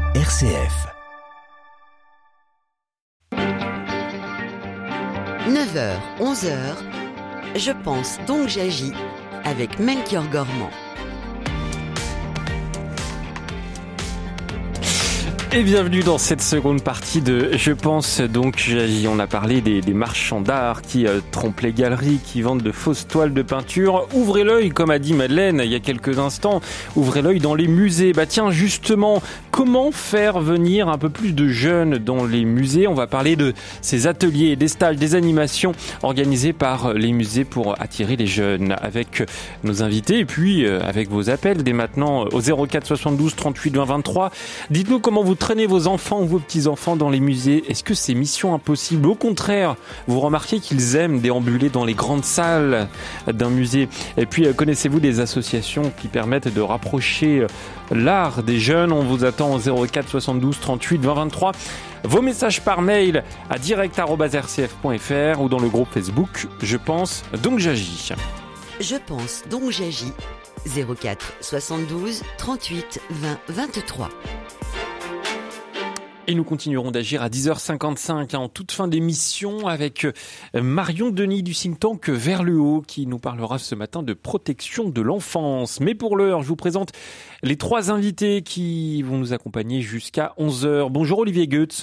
RCF. 9h, 11h, je pense donc j'agis avec Melchior Gormand. Et bienvenue dans cette seconde partie de Je pense donc j'agis. On a parlé des marchands d'art qui trompent les galeries, qui vendent de fausses toiles de peinture. Ouvrez l'œil, comme a dit Madeleine il y a quelques instants, ouvrez l'œil dans les musées. Bah tiens, justement, comment faire venir un peu plus de jeunes dans les musées? On va parler de ces ateliers, des stages, des animations organisées par les musées pour attirer les jeunes avec nos invités et puis avec vos appels dès maintenant au 04 72 38 20 23. Dites-nous comment vous traînez vos enfants ou vos petits-enfants dans les musées. Est-ce que c'est mission impossible? Au contraire, vous remarquez qu'ils aiment déambuler dans les grandes salles d'un musée. Et puis, connaissez-vous des associations qui permettent de rapprocher l'art des jeunes? On vous attend au 04 72 38 20 23. Vos messages par mail à direct@rcf.fr ou dans le groupe Facebook Je pense donc j'agis. Je pense donc j'agis. 04 72 38 20 23. Et nous continuerons d'agir à 10h55 en toute fin d'émission avec Marion Denis du think tank Vers le haut qui nous parlera ce matin de protection de l'enfance. Mais pour l'heure, je vous présente les trois invités qui vont nous accompagner jusqu'à 11h. Bonjour Olivier Goetz.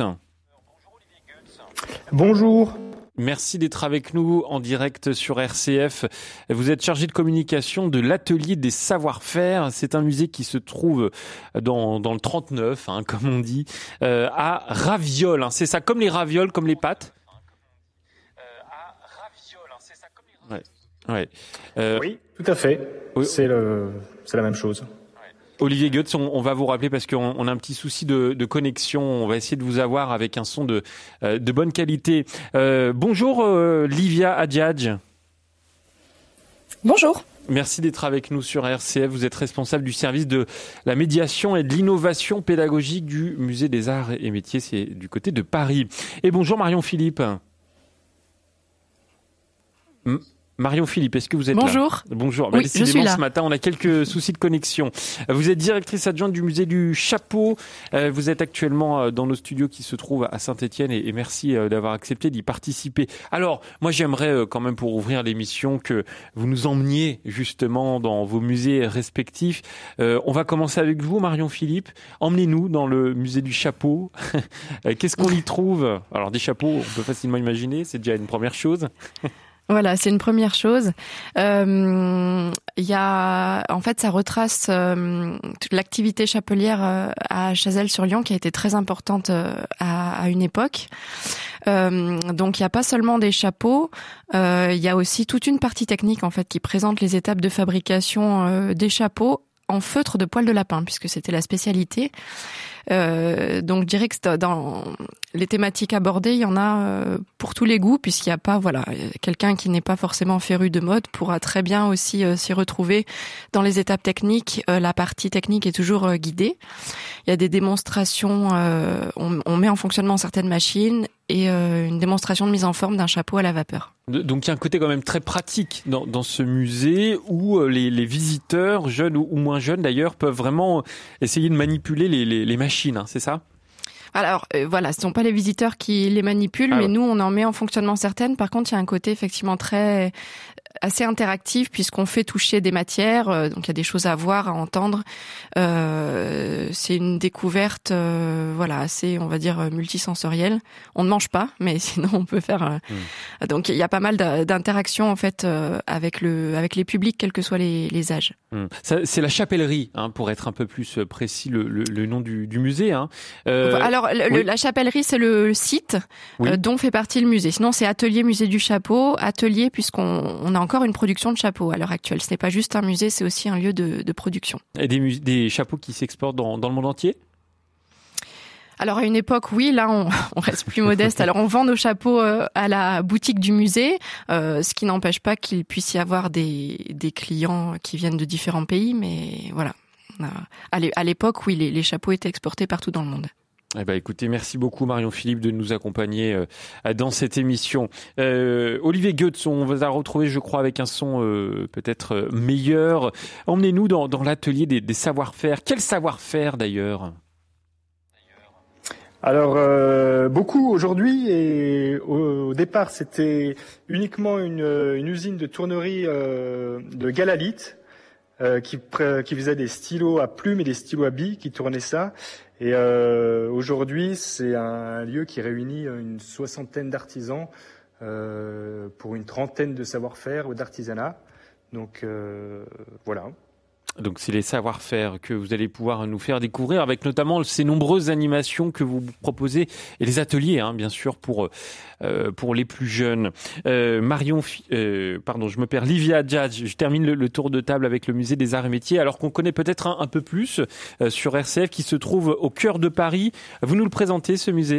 Bonjour. Merci d'être avec nous en direct sur RCF. Vous êtes chargé de communication de l'Atelier des savoir-faire. C'est un musée qui se trouve dans le 39, comme on dit, à Ravioles. C'est ça, comme les ravioles, comme les pâtes. Ouais. Oui, tout à fait. Oui. C'est la même chose. Olivier Goetz, on va vous rappeler parce qu'on a un petit souci de connexion. On va essayer de vous avoir avec un son de bonne qualité. Bonjour Livia Adjadj. Bonjour. Merci d'être avec nous sur RCF. Vous êtes responsable du service de la médiation et de l'innovation pédagogique du Musée des Arts et Métiers. C'est du côté de Paris. Et bonjour Marion Philippe. Marion Philippe, est-ce que vous êtes Bonjour. Là? Bonjour. Oui, je suis là. Ce matin, on a quelques soucis de connexion. Vous êtes directrice adjointe du musée du Chapeau. Vous êtes actuellement dans nos studios qui se trouvent à Saint-Étienne et merci d'avoir accepté d'y participer. Alors, moi, j'aimerais quand même pour ouvrir l'émission que vous nous emmeniez justement dans vos musées respectifs. On va commencer avec vous, Marion Philippe. Emmenez-nous dans le musée du Chapeau. Qu'est-ce qu'on y trouve? Alors, des chapeaux, on peut facilement imaginer. C'est déjà une première chose. Voilà, c'est une première chose. En fait, ça retrace toute l'activité chapelière à Chazelles-sur-Yon qui a été très importante à une époque. Donc, il n'y a pas seulement des chapeaux, il y a aussi toute une partie technique en fait qui présente les étapes de fabrication des chapeaux en feutre de poil de lapin, puisque c'était la spécialité. Donc je dirais que dans les thématiques abordées, il y en a pour tous les goûts, puisqu'il n'y a pas, quelqu'un qui n'est pas forcément féru de mode pourra très bien aussi s'y retrouver dans les étapes techniques. La partie technique est toujours guidée. Il y a des démonstrations, on met en fonctionnement certaines machines et une démonstration de mise en forme d'un chapeau à la vapeur. Donc il y a un côté quand même très pratique dans ce musée où les visiteurs, jeunes ou moins jeunes d'ailleurs, peuvent vraiment essayer de manipuler les machines, c'est ça ? Alors ce ne sont pas les visiteurs qui les manipulent, mais nous on en met en fonctionnement certaines. Par contre, il y a un côté effectivement assez interactif puisqu'on fait toucher des matières, donc il y a des choses à voir, à entendre. C'est une découverte, assez, on va dire, multisensorielle. On ne mange pas, mais sinon on peut faire. Donc il y a pas mal d'interactions en fait avec les publics, quels que soient les âges. Ça, c'est la chapellerie, pour être un peu plus précis, le nom du musée. Alors la chapellerie, c'est le site dont fait partie le musée. Sinon, c'est Atelier Musée du Chapeau, atelier puisqu'on a encore une production de chapeaux à l'heure actuelle. Ce n'est pas juste un musée, c'est aussi un lieu de production. Et des chapeaux qui s'exportent dans le monde entier ? Alors à une époque, oui, là on reste plus modeste. Alors on vend nos chapeaux à la boutique du musée, ce qui n'empêche pas qu'il puisse y avoir des clients qui viennent de différents pays, mais voilà. À l'époque, oui, les chapeaux étaient exportés partout dans le monde. Eh ben, écoutez, merci beaucoup Marion Philippe de nous accompagner dans cette émission. Olivier Goetz, on va retrouver, je crois, avec un son peut-être meilleur. Emmenez-nous dans l'atelier des savoir-faire. Quel savoir-faire d'ailleurs ? Alors beaucoup aujourd'hui, et au départ c'était uniquement une usine de tournerie de Galalite qui faisait des stylos à plumes et des stylos à billes qui tournaient ça. Et aujourd'hui c'est un lieu qui réunit une 60aine d'artisans pour une 30aine de savoir-faire ou d'artisanat. Donc voilà. Donc c'est les savoir-faire que vous allez pouvoir nous faire découvrir avec notamment ces nombreuses animations que vous proposez et les ateliers, bien sûr, pour les plus jeunes. Je me perds. Livia Adjadj, je termine le tour de table avec le Musée des Arts et Métiers, alors qu'on connaît peut-être un peu plus sur RCF, qui se trouve au cœur de Paris. Vous nous le présentez, ce musée ?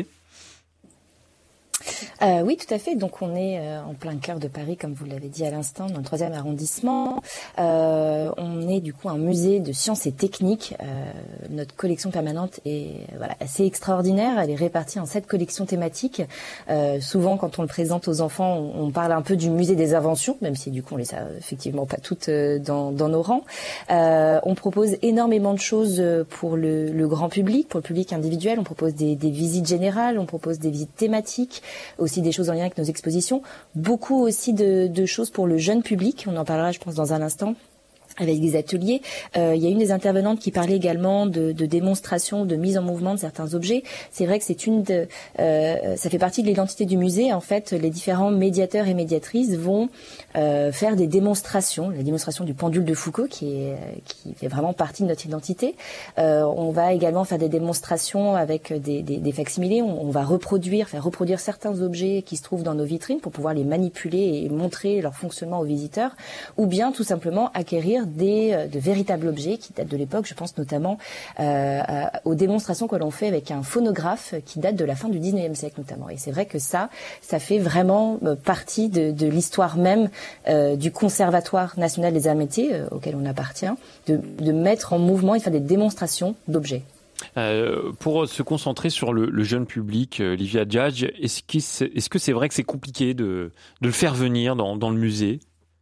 Oui, tout à fait. Donc on est en plein cœur de Paris, comme vous l'avez dit à l'instant, dans le 3e arrondissement. On est du coup un musée de sciences et techniques. Notre collection permanente est assez extraordinaire. Elle est répartie en 7 collections thématiques. Souvent, quand on le présente aux enfants, on parle un peu du musée des inventions, même si du coup on les a effectivement pas toutes dans nos rangs. On propose énormément de choses pour le grand public, pour le public individuel. On propose des visites générales, on propose des visites thématiques, aussi des choses en lien avec nos expositions, beaucoup aussi de choses pour le jeune public, on en parlera je pense dans un instant, avec des ateliers. Il y a une des intervenantes qui parlait également de démonstration, de mise en mouvement de certains objets. C'est vrai que ça fait partie de l'identité du musée. En fait, les différents médiateurs et médiatrices vont faire des démonstrations. La démonstration du pendule de Foucault, qui fait vraiment partie de notre identité. On va également faire des démonstrations avec des facsimilés. On va faire reproduire certains objets qui se trouvent dans nos vitrines pour pouvoir les manipuler et montrer leur fonctionnement aux visiteurs, ou bien tout simplement acquérir de véritables objets qui datent de l'époque. Je pense notamment aux démonstrations que l'on fait avec un phonographe qui date de la fin du 19e siècle notamment. Et c'est vrai que ça fait vraiment partie de l'histoire même du Conservatoire national des arts et métiers auquel on appartient, de mettre en mouvement et de faire des démonstrations d'objets. Pour se concentrer sur le jeune public, Livia Adjadj, est-ce que c'est vrai que c'est compliqué de le faire venir dans le musée ?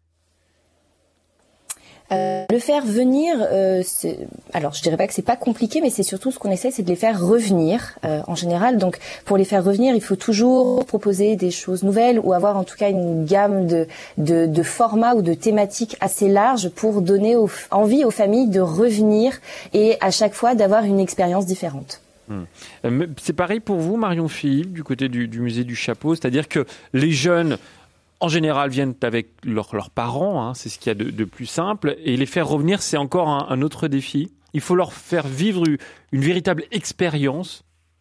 Le faire venir, alors je dirais pas que c'est pas compliqué, mais c'est surtout ce qu'on essaie, c'est de les faire revenir en général. Donc pour les faire revenir, il faut toujours proposer des choses nouvelles ou avoir en tout cas une gamme de formats ou de thématiques assez larges pour donner envie aux familles de revenir et à chaque fois d'avoir une expérience différente. C'est pareil pour vous, Marion Philippe, du côté du musée du Chapeau, c'est-à-dire que les jeunes en général viennent avec leurs parents, c'est ce qu'il y a de plus simple, et les faire revenir, c'est encore un autre défi. Il faut leur faire vivre une véritable expérience.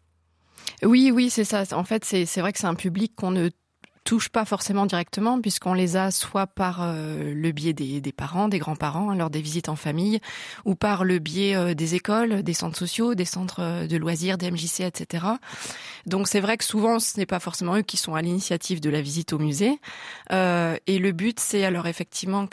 Oui, c'est ça. En fait, c'est vrai que c'est un public qu'on ne touche pas forcément directement, puisqu'on les a soit par le biais des parents, des grands-parents, lors des visites en famille, ou par le biais des écoles, des centres sociaux, des centres de loisirs, des MJC, etc. Donc c'est vrai que souvent ce n'est pas forcément eux qui sont à l'initiative de la visite au musée. Et le but, c'est alors effectivement,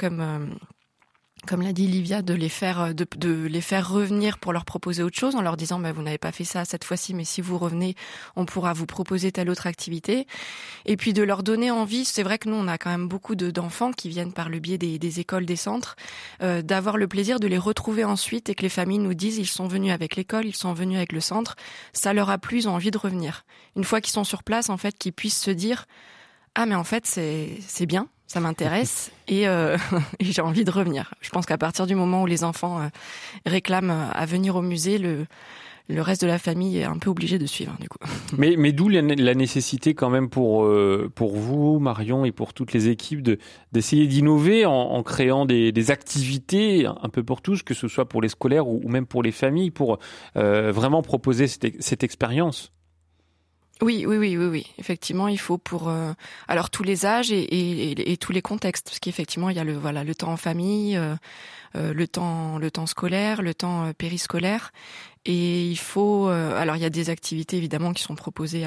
comme l'a dit Livia, de les faire revenir pour leur proposer autre chose, en leur disant vous n'avez pas fait ça cette fois-ci, mais si vous revenez, on pourra vous proposer telle autre activité. Et puis de leur donner envie. C'est vrai que nous, on a quand même beaucoup d'enfants qui viennent par le biais des écoles, des centres, d'avoir le plaisir de les retrouver ensuite et que les familles nous disent ils sont venus avec l'école, ils sont venus avec le centre, ça leur a plu, ils ont envie de revenir. Une fois qu'ils sont sur place, en fait, qu'ils puissent se dire mais en fait c'est bien. Ça m'intéresse et j'ai envie de revenir. Je pense qu'à partir du moment où les enfants réclament à venir au musée, le reste de la famille est un peu obligé de suivre du coup. Mais d'où la nécessité quand même pour vous, Marion, et pour toutes les équipes d'essayer d'innover en créant des activités un peu pour tous, que ce soit pour les scolaires ou même pour les familles, pour vraiment proposer cette expérience. Oui. Effectivement, il faut pour alors tous les âges et tous les contextes, parce qu'effectivement il y a le temps en famille, le temps scolaire, le temps périscolaire, et il faut alors il y a des activités évidemment qui sont proposées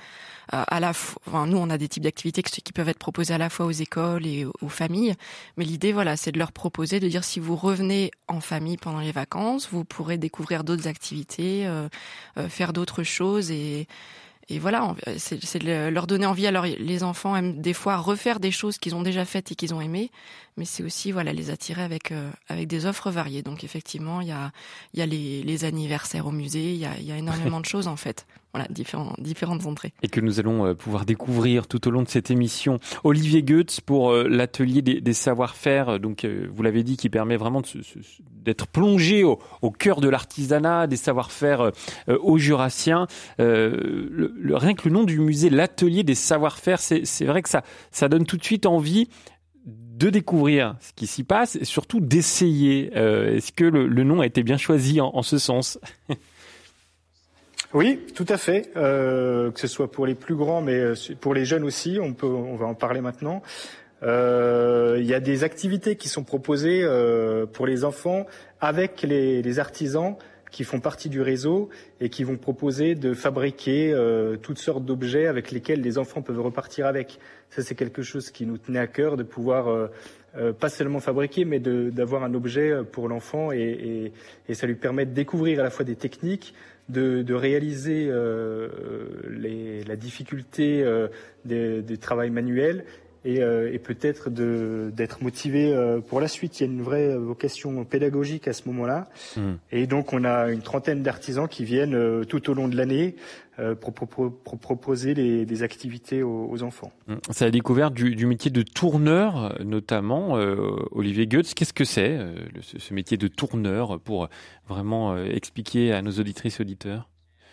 à la fois. Enfin, nous on a des types d'activités qui peuvent être proposées à la fois aux écoles et aux familles, mais l'idée c'est de leur proposer, de dire si vous revenez en famille pendant les vacances, vous pourrez découvrir d'autres activités, faire d'autres choses et voilà, c'est de leur donner envie. Alors, les enfants aiment des fois refaire des choses qu'ils ont déjà faites et qu'ils ont aimées, mais c'est aussi les attirer avec des offres variées. Donc, effectivement, il y a les anniversaires au musée, il y a énormément de choses en fait. voilà, différentes entrées. Et que nous allons pouvoir découvrir tout au long de cette émission. Olivier Goetz pour l'atelier des savoir-faire, donc vous l'avez dit, qui permet vraiment d'être plongé au cœur de l'artisanat, des savoir-faire au Jurassien. Rien que le nom du musée, l'atelier des savoir-faire, c'est vrai que ça donne tout de suite envie de découvrir ce qui s'y passe et surtout d'essayer. Est-ce que le nom a été bien choisi en ce sens? Oui, tout à fait. Que ce soit pour les plus grands, mais pour les jeunes aussi, on va en parler maintenant. Il y a des activités qui sont proposées pour les enfants avec les artisans qui font partie du réseau et qui vont proposer de fabriquer toutes sortes d'objets avec lesquels les enfants peuvent repartir avec. Ça, c'est quelque chose qui nous tenait à cœur, de pouvoir pas seulement fabriquer, mais d'avoir un objet pour l'enfant et ça lui permet de découvrir à la fois des techniques, de réaliser la difficulté du travail manuel et peut-être d'être motivé pour la suite. Il y a une vraie vocation pédagogique à ce moment-là. Et donc on a une trentaine d'artisans qui viennent tout au long de l'année pour proposer des activités aux enfants. C'est la découverte du métier de tourneur, notamment. Olivier Goetz, qu'est-ce que c'est ce métier de tourneur pour vraiment expliquer à nos auditrices et auditeurs?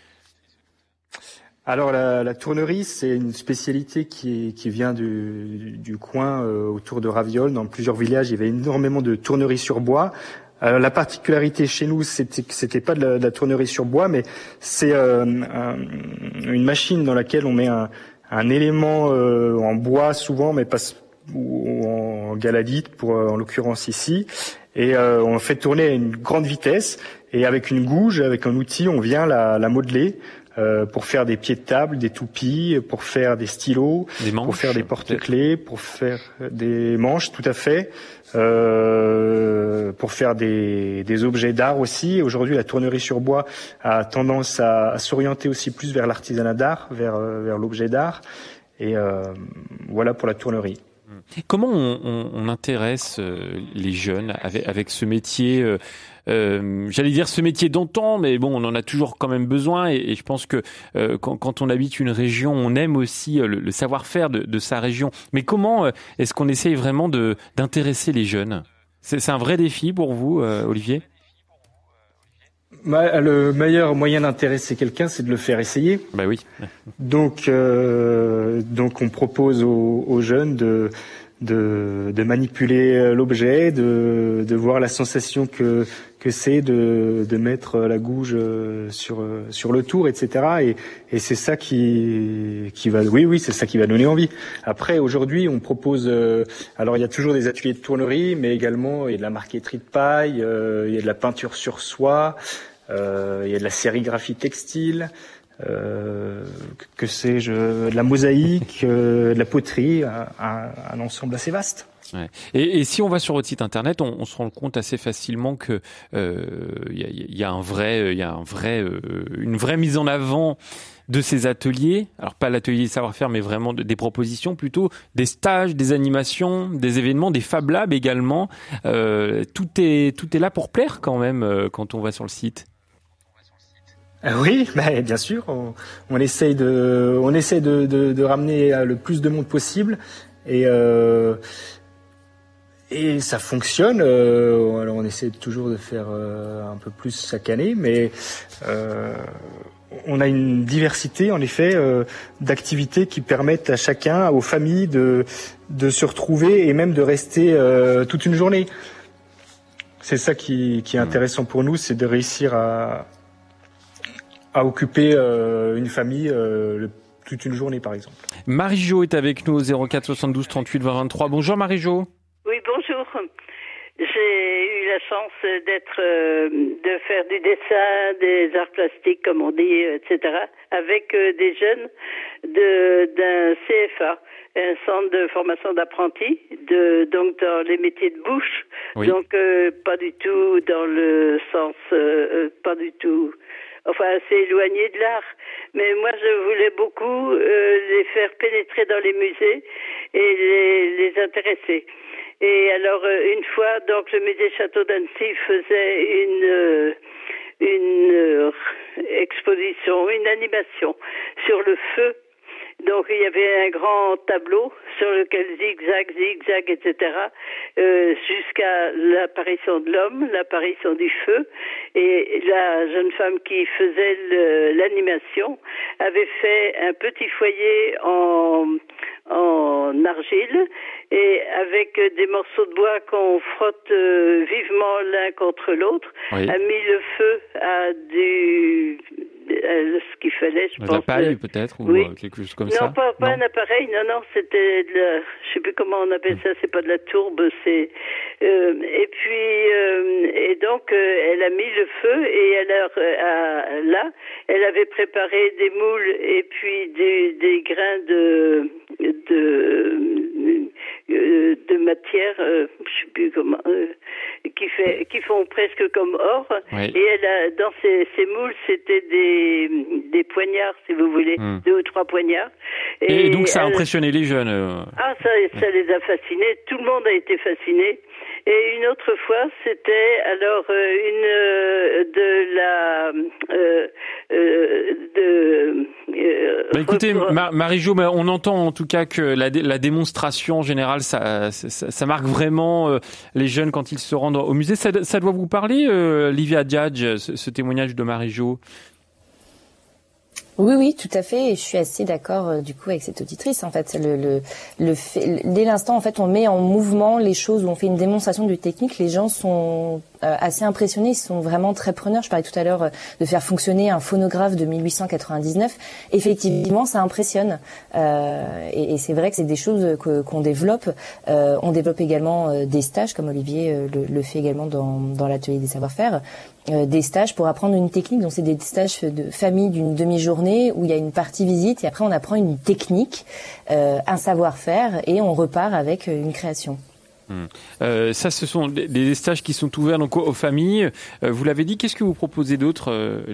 Alors la tournerie, c'est une spécialité qui vient du coin autour de Raviolle. Dans plusieurs villages, il y avait énormément de tourneries sur bois. Alors, la particularité chez nous, c'était pas de la tournerie sur bois, mais c'est une machine dans laquelle on met un élément en bois souvent, mais pas ou en galalite en l'occurrence ici, et on fait tourner à une grande vitesse et avec une gouge, avec un outil, on vient la modeler. Pour faire des pieds de table, des toupies, pour faire des stylos, pour faire des porte-clés, pour faire des manches, tout à fait, pour faire des objets d'art aussi. Aujourd'hui, la tournerie sur bois a tendance à s'orienter aussi plus vers l'artisanat d'art, vers l'objet d'art. Et voilà pour la tournerie. Comment on intéresse les jeunes avec ce métier j'allais dire ce métier d'antan, mais bon, on en a toujours quand même besoin et je pense que quand on habite une région, on aime aussi le savoir-faire de sa région. Mais comment est-ce qu'on essaye vraiment d'intéresser les jeunes? C'est un vrai défi pour vous, Olivier? Le meilleur moyen d'intéresser quelqu'un, c'est de le faire essayer. Bah oui. Donc on propose aux jeunes de manipuler l'objet, de voir la sensation que c'est de mettre la gouge sur le tour, etc. Et c'est ça qui va, oui, c'est ça qui va donner envie. Après, aujourd'hui, on propose, alors il y a toujours des ateliers de tournerie, mais également il y a de la marqueterie de paille, il y a de la peinture sur soie, il y a de la sérigraphie textile. Que sais-je, de la mosaïque, de la poterie, un ensemble assez vaste. Ouais. Et si on va sur votre site internet, on se rend compte assez facilement que il y a une vraie mise en avant de ces ateliers. Alors pas l'atelier savoir-faire, mais vraiment des propositions, plutôt des stages, des animations, des événements, des Fab Labs également. Tout est là pour plaire quand même quand on va sur le site. Oui, bien sûr. On essaye de ramener le plus de monde possible et ça fonctionne. Alors on essaie toujours de faire un peu plus chaque année, mais on a une diversité en effet d'activités qui permettent à chacun, aux familles de se retrouver et même de rester toute une journée. C'est ça qui est intéressant pour nous, c'est de réussir à occuper une famille toute une journée, par exemple. Marie-Jo est avec nous au 04 72 38 20 23. Bonjour Marie-Jo. Oui, bonjour. J'ai eu la chance de faire du dessin, des arts plastiques, comme on dit, etc., avec des jeunes d'un CFA, un centre de formation d'apprentis, donc dans les métiers de bouche, oui. Donc pas du tout dans le sens, pas du tout. Enfin, assez éloigné de l'art. Mais moi, je voulais beaucoup les faire pénétrer dans les musées et les intéresser. Et alors, une fois, donc, le musée Château d'Annecy faisait une exposition introduction, une animation sur le feu. Donc il y avait un grand tableau sur lequel zigzag, etc., jusqu'à l'apparition de l'homme, l'apparition du feu. Et la jeune femme qui faisait l'animation avait fait un petit foyer en argile et avec des morceaux de bois qu'on frotte vivement l'un contre l'autre, oui. A mis le feu à ce qu'il fallait, je pense. De la paille peut-être, ou oui. Quelque chose comme non, ça. Pas un appareil, non, c'était je sais plus comment on appelle ça, c'est pas de la tourbe, c'est et puis et donc elle a mis le feu et là elle avait préparé des moules et puis des grains de matière, je sais plus comment, qui font presque comme or. Oui. Et elle a dans ces moules, c'était des poignards, si vous voulez, 2 ou 3 poignards. Et donc ça a impressionné les jeunes. Ah, ça les a fascinés. Tout le monde a été fasciné. Et une autre fois, c'était alors écoutez, Marie-Jo, on entend en tout cas que la démonstration en général, ça marque vraiment les jeunes quand ils se rendent au musée. Ça doit vous parler, Livia Diage, ce témoignage de Marie-Jo? Oui, tout à fait. Et je suis assez d'accord du coup avec cette auditrice. En fait, le fait, dès l'instant, en fait, on met en mouvement les choses, où on fait une démonstration de technique. Les gens sont assez impressionnés. Ils sont vraiment très preneurs. Je parlais tout à l'heure de faire fonctionner un phonographe de 1899. Effectivement, ça impressionne. Et c'est vrai que c'est des choses qu'on développe. On développe également des stages, comme Olivier le fait également dans l'atelier des savoir-faire. Des stages pour apprendre une technique. Donc c'est des stages de famille d'une demi-journée où il y a une partie visite et après on apprend une technique, un savoir-faire et on repart avec une création. Ça, ce sont des stages qui sont ouverts donc aux familles. Vous l'avez dit, qu'est-ce que vous proposez d'autre, Livia ?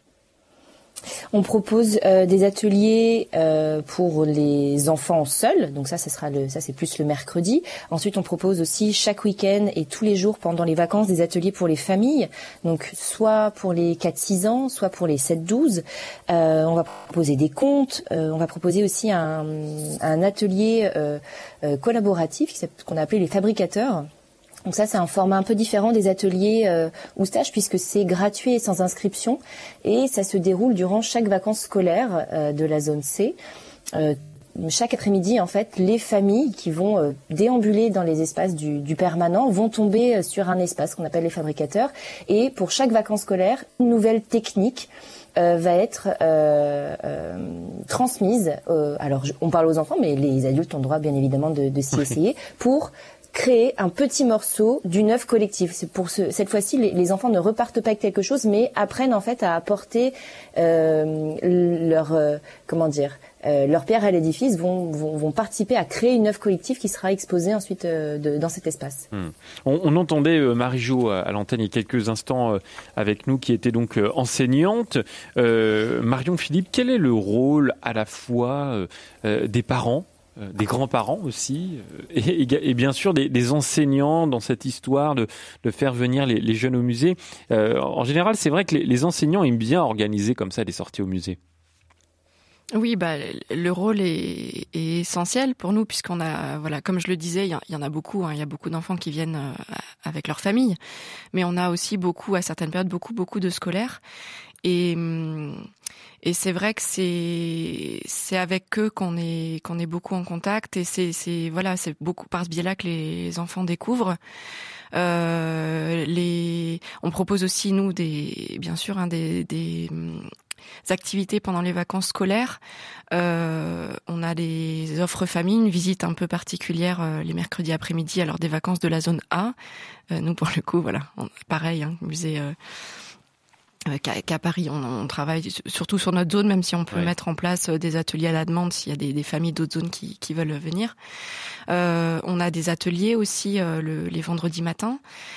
On propose des ateliers pour les enfants seuls, donc ça c'est plus le mercredi. Ensuite, on propose aussi chaque week-end et tous les jours pendant les vacances des ateliers pour les familles, donc soit pour les 4-6 ans, soit pour les 7-12. On va proposer des contes, on va proposer aussi un atelier collaboratif qu'on a appelé les fabricateurs. Donc ça, c'est un format un peu différent des ateliers ou stages puisque c'est gratuit et sans inscription et ça se déroule durant chaque vacances scolaires de la zone C. Chaque après-midi, en fait, les familles qui vont déambuler dans les espaces du permanent vont tomber sur un espace qu'on appelle les fabricateurs et pour chaque vacances scolaires, une nouvelle technique va être transmise. Alors, on parle aux enfants, mais les adultes ont le droit, bien évidemment, de s'y essayer pour créer un petit morceau d'une œuvre collective. C'est pour cette fois-ci, les enfants ne repartent pas avec quelque chose, mais apprennent en fait à apporter leur pierre à l'édifice, vont participer à créer une œuvre collective qui sera exposée ensuite dans cet espace. On entendait Marie-Jo à l'antenne il y a quelques instants avec nous, qui était donc enseignante. Marion Philippe, quel est le rôle à la fois des parents, des grands-parents aussi, et bien sûr des enseignants dans cette histoire de faire venir les jeunes au musée. En général, c'est vrai que les enseignants aiment bien organiser comme ça des sorties au musée. Oui, le rôle est essentiel pour nous puisqu'on a, comme je le disais, il y en a beaucoup. Il y a beaucoup d'enfants qui viennent avec leur famille, mais on a aussi beaucoup, à certaines périodes, beaucoup de scolaires. Et c'est vrai que c'est avec eux qu'on est beaucoup en contact et c'est beaucoup par ce biais-là que les enfants découvrent. On propose aussi nous des activités pendant les vacances scolaires. On a des offres famille, une visite un peu particulière les mercredis après-midi, alors des vacances de la zone A. Nous pour le coup, pareil, musée. Qu'à Paris, on travaille surtout sur notre zone, même si on peut mettre en place des ateliers à la demande s'il y a des familles d'autres zones qui veulent venir. On a des ateliers aussi les vendredis matins.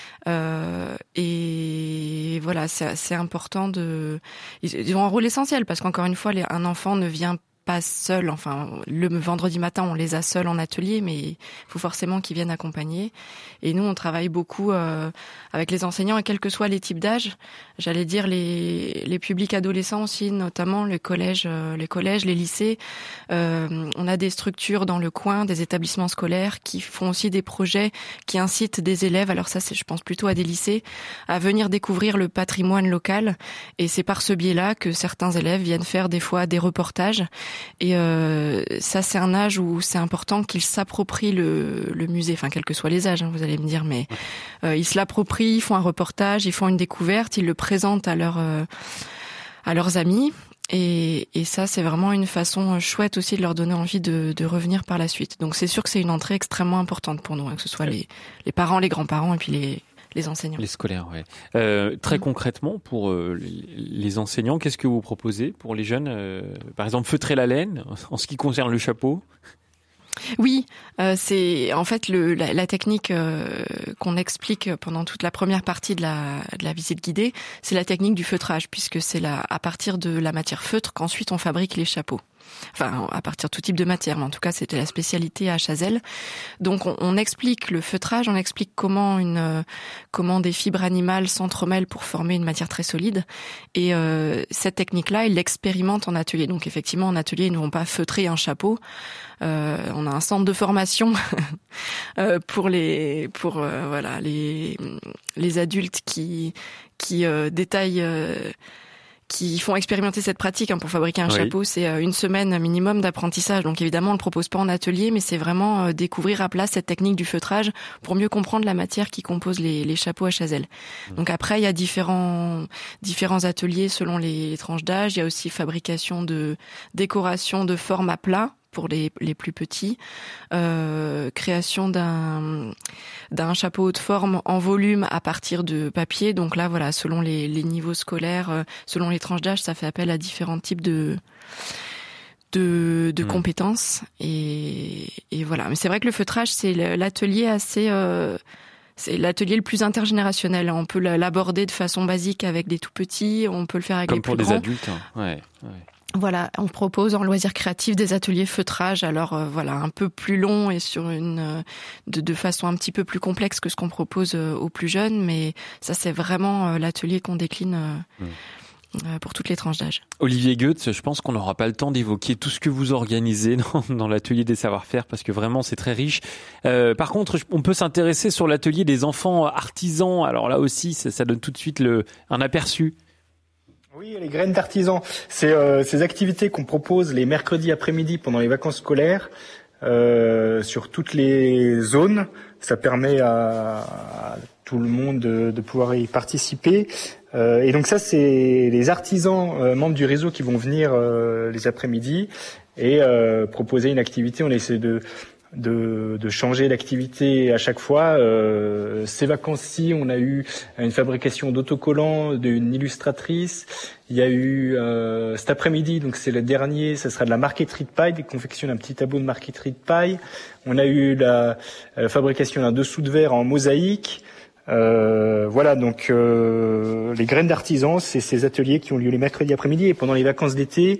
Et voilà, c'est important ils ont un rôle essentiel parce qu'encore une fois, un enfant ne vient pas seuls. Enfin, le vendredi matin, on les a seuls en atelier, mais il faut forcément qu'ils viennent accompagner. Et nous, on travaille beaucoup avec les enseignants, et quels que soient les types d'âge. J'allais dire les publics adolescents aussi, notamment les collèges, les lycées. On a des structures dans le coin, des établissements scolaires qui font aussi des projets qui incitent des élèves. Alors ça, c'est, je pense plutôt à des lycées, à venir découvrir le patrimoine local. Et c'est par ce biais-là que certains élèves viennent faire des fois des reportages. Et ça, c'est un âge où c'est important qu'ils s'approprient le musée. Enfin, quels que soient les âges, hein, vous allez me dire, mais ils se l'approprient, ils font un reportage, ils font une découverte, ils le présentent à leurs amis. Et ça, c'est vraiment une façon chouette aussi de leur donner envie de revenir par la suite. Donc c'est sûr que c'est une entrée extrêmement importante pour nous, hein, que ce soit les parents, les grands-parents et puis les enseignants. Les scolaires, ouais. Très concrètement, pour les enseignants, qu'est-ce que vous proposez pour les jeunes par exemple, feutrer la laine, en ce qui concerne le chapeau? Oui, c'est en fait la technique qu'on explique pendant toute la première partie de la visite guidée, c'est la technique du feutrage, puisque c'est à partir de la matière feutre qu'ensuite on fabrique les chapeaux. Enfin, à partir de tout type de matière, mais en tout cas, c'était la spécialité à Chazelles. Donc, on explique le feutrage, on explique comment des fibres animales s'entremêlent pour former une matière très solide. Et cette technique-là, ils l'expérimentent en atelier. Donc, effectivement, en atelier, ils ne vont pas feutrer un chapeau. On a un centre de formation pour les adultes qui détaillent. Qui font expérimenter cette pratique pour fabriquer un chapeau. C'est une semaine minimum d'apprentissage. Donc évidemment, on le propose pas en atelier, mais c'est vraiment découvrir à plat cette technique du feutrage pour mieux comprendre la matière qui compose les chapeaux à Chazelles. Donc après, il y a différents ateliers selon les tranches d'âge. Il y a aussi fabrication de décoration de forme à plat pour les plus petits, création d'un chapeau haute forme en volume à partir de papier. Donc là, voilà, selon les niveaux scolaires, selon les tranches d'âge, ça fait appel à différents types de compétences. Et voilà. Mais c'est vrai que le feutrage, c'est l'atelier assez... c'est l'atelier le plus intergénérationnel. On peut l'aborder de façon basique avec des tout petits, on peut le faire avec les plus grands. Comme pour des adultes, hein. Ouais. Voilà, on propose en loisirs créatifs des ateliers feutrage, alors un peu plus long et sur de façon un petit peu plus complexe que ce qu'on propose aux plus jeunes, mais ça c'est vraiment l'atelier qu'on décline pour toutes les tranches d'âge. Olivier Goetz, je pense qu'on n'aura pas le temps d'évoquer tout ce que vous organisez dans l'atelier des savoir-faire parce que vraiment c'est très riche. Par contre, on peut s'intéresser sur l'atelier des enfants artisans. Alors là aussi, ça donne tout de suite un aperçu. Oui, les graines d'artisans, c'est ces activités qu'on propose les mercredis après-midi pendant les vacances scolaires sur toutes les zones. Ça permet à tout le monde de pouvoir y participer. Et donc ça, c'est les artisans membres du réseau qui vont venir les après-midi et proposer une activité. On essaie de changer d'activité à chaque fois. Ces vacances-ci, on a eu une fabrication d'autocollants d'une illustratrice. Il y a eu cet après-midi, donc c'est le dernier, ça sera de la marqueterie de paille, qui confectionne un petit tableau de marqueterie de paille. On a eu la fabrication d'un dessous de verre en mosaïque. Voilà, donc les graines d'artisans, c'est ces ateliers qui ont lieu les mercredis après-midi et pendant les vacances d'été,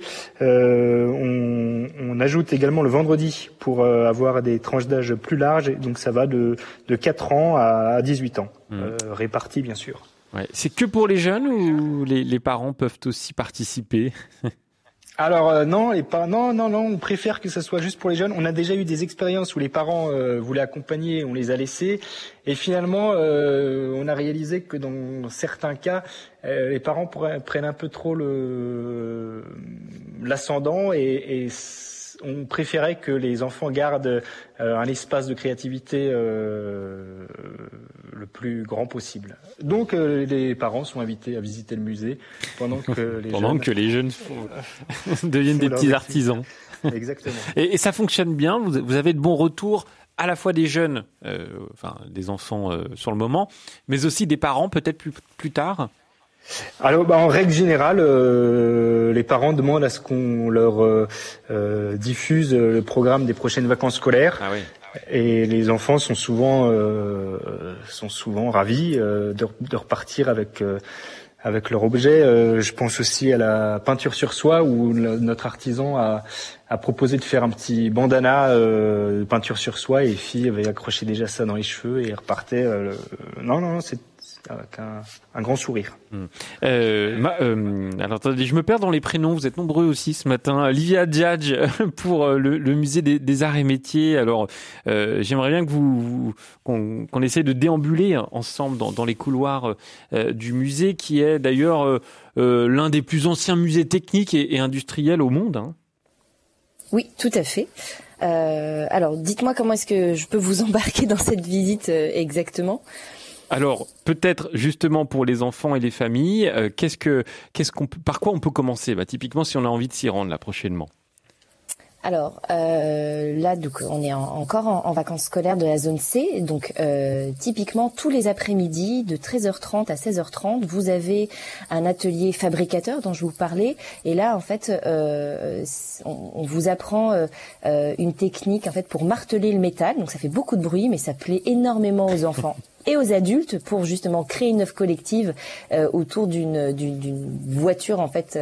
on ajoute également le vendredi pour avoir des tranches d'âge plus larges, et donc ça va de 4 ans à 18 ans, répartis bien sûr. Ouais. C'est que pour les jeunes ou les parents peuvent aussi participer? Alors non, on préfère que ça soit juste pour les jeunes. On a déjà eu des expériences où les parents voulaient accompagner, on les a laissés, et finalement on a réalisé que dans certains cas, les parents prennent un peu trop l'ascendant et on préférait que les enfants gardent un espace de créativité le plus grand possible. Donc les parents sont invités à visiter le musée pendant que les jeunes deviennent des petits artisans. Exactement. Et ça fonctionne bien. Vous avez de bons retours à la fois des jeunes, des enfants sur le moment, mais aussi des parents peut-être plus tard. Alors, en règle générale, les parents demandent à ce qu'on leur diffuse le programme des prochaines vacances scolaires. Ah oui. Et les enfants sont souvent ravis de repartir avec avec leur objet. Je pense aussi à la peinture sur soie où notre artisan a proposé de faire un petit bandana de peinture sur soie et les filles avaient accroché déjà ça dans les cheveux et repartaient. Non, c'est avec un grand sourire. Alors attendez, je me perds dans les prénoms. Vous êtes nombreux aussi ce matin. Livia Hadjadj pour le musée des arts et métiers. Alors j'aimerais bien que qu'on essaie de déambuler ensemble dans les couloirs du musée, qui est d'ailleurs l'un des plus anciens musées techniques et industriels au monde. Hein. Oui, tout à fait. Alors dites-moi comment est-ce que je peux vous embarquer dans cette visite exactement. Alors, peut-être justement pour les enfants et les familles, par quoi on peut commencer ? Typiquement, si on a envie de s'y rendre là prochainement. Alors là, donc on est encore en vacances scolaires de la zone C. Donc typiquement tous les après-midi de 13h30 à 16h30, vous avez un atelier fabricateur dont je vous parlais. Et là, en fait, on vous apprend une technique en fait pour marteler le métal. Donc ça fait beaucoup de bruit, mais ça plaît énormément aux enfants et aux adultes pour justement créer une œuvre collective autour d'une voiture en fait,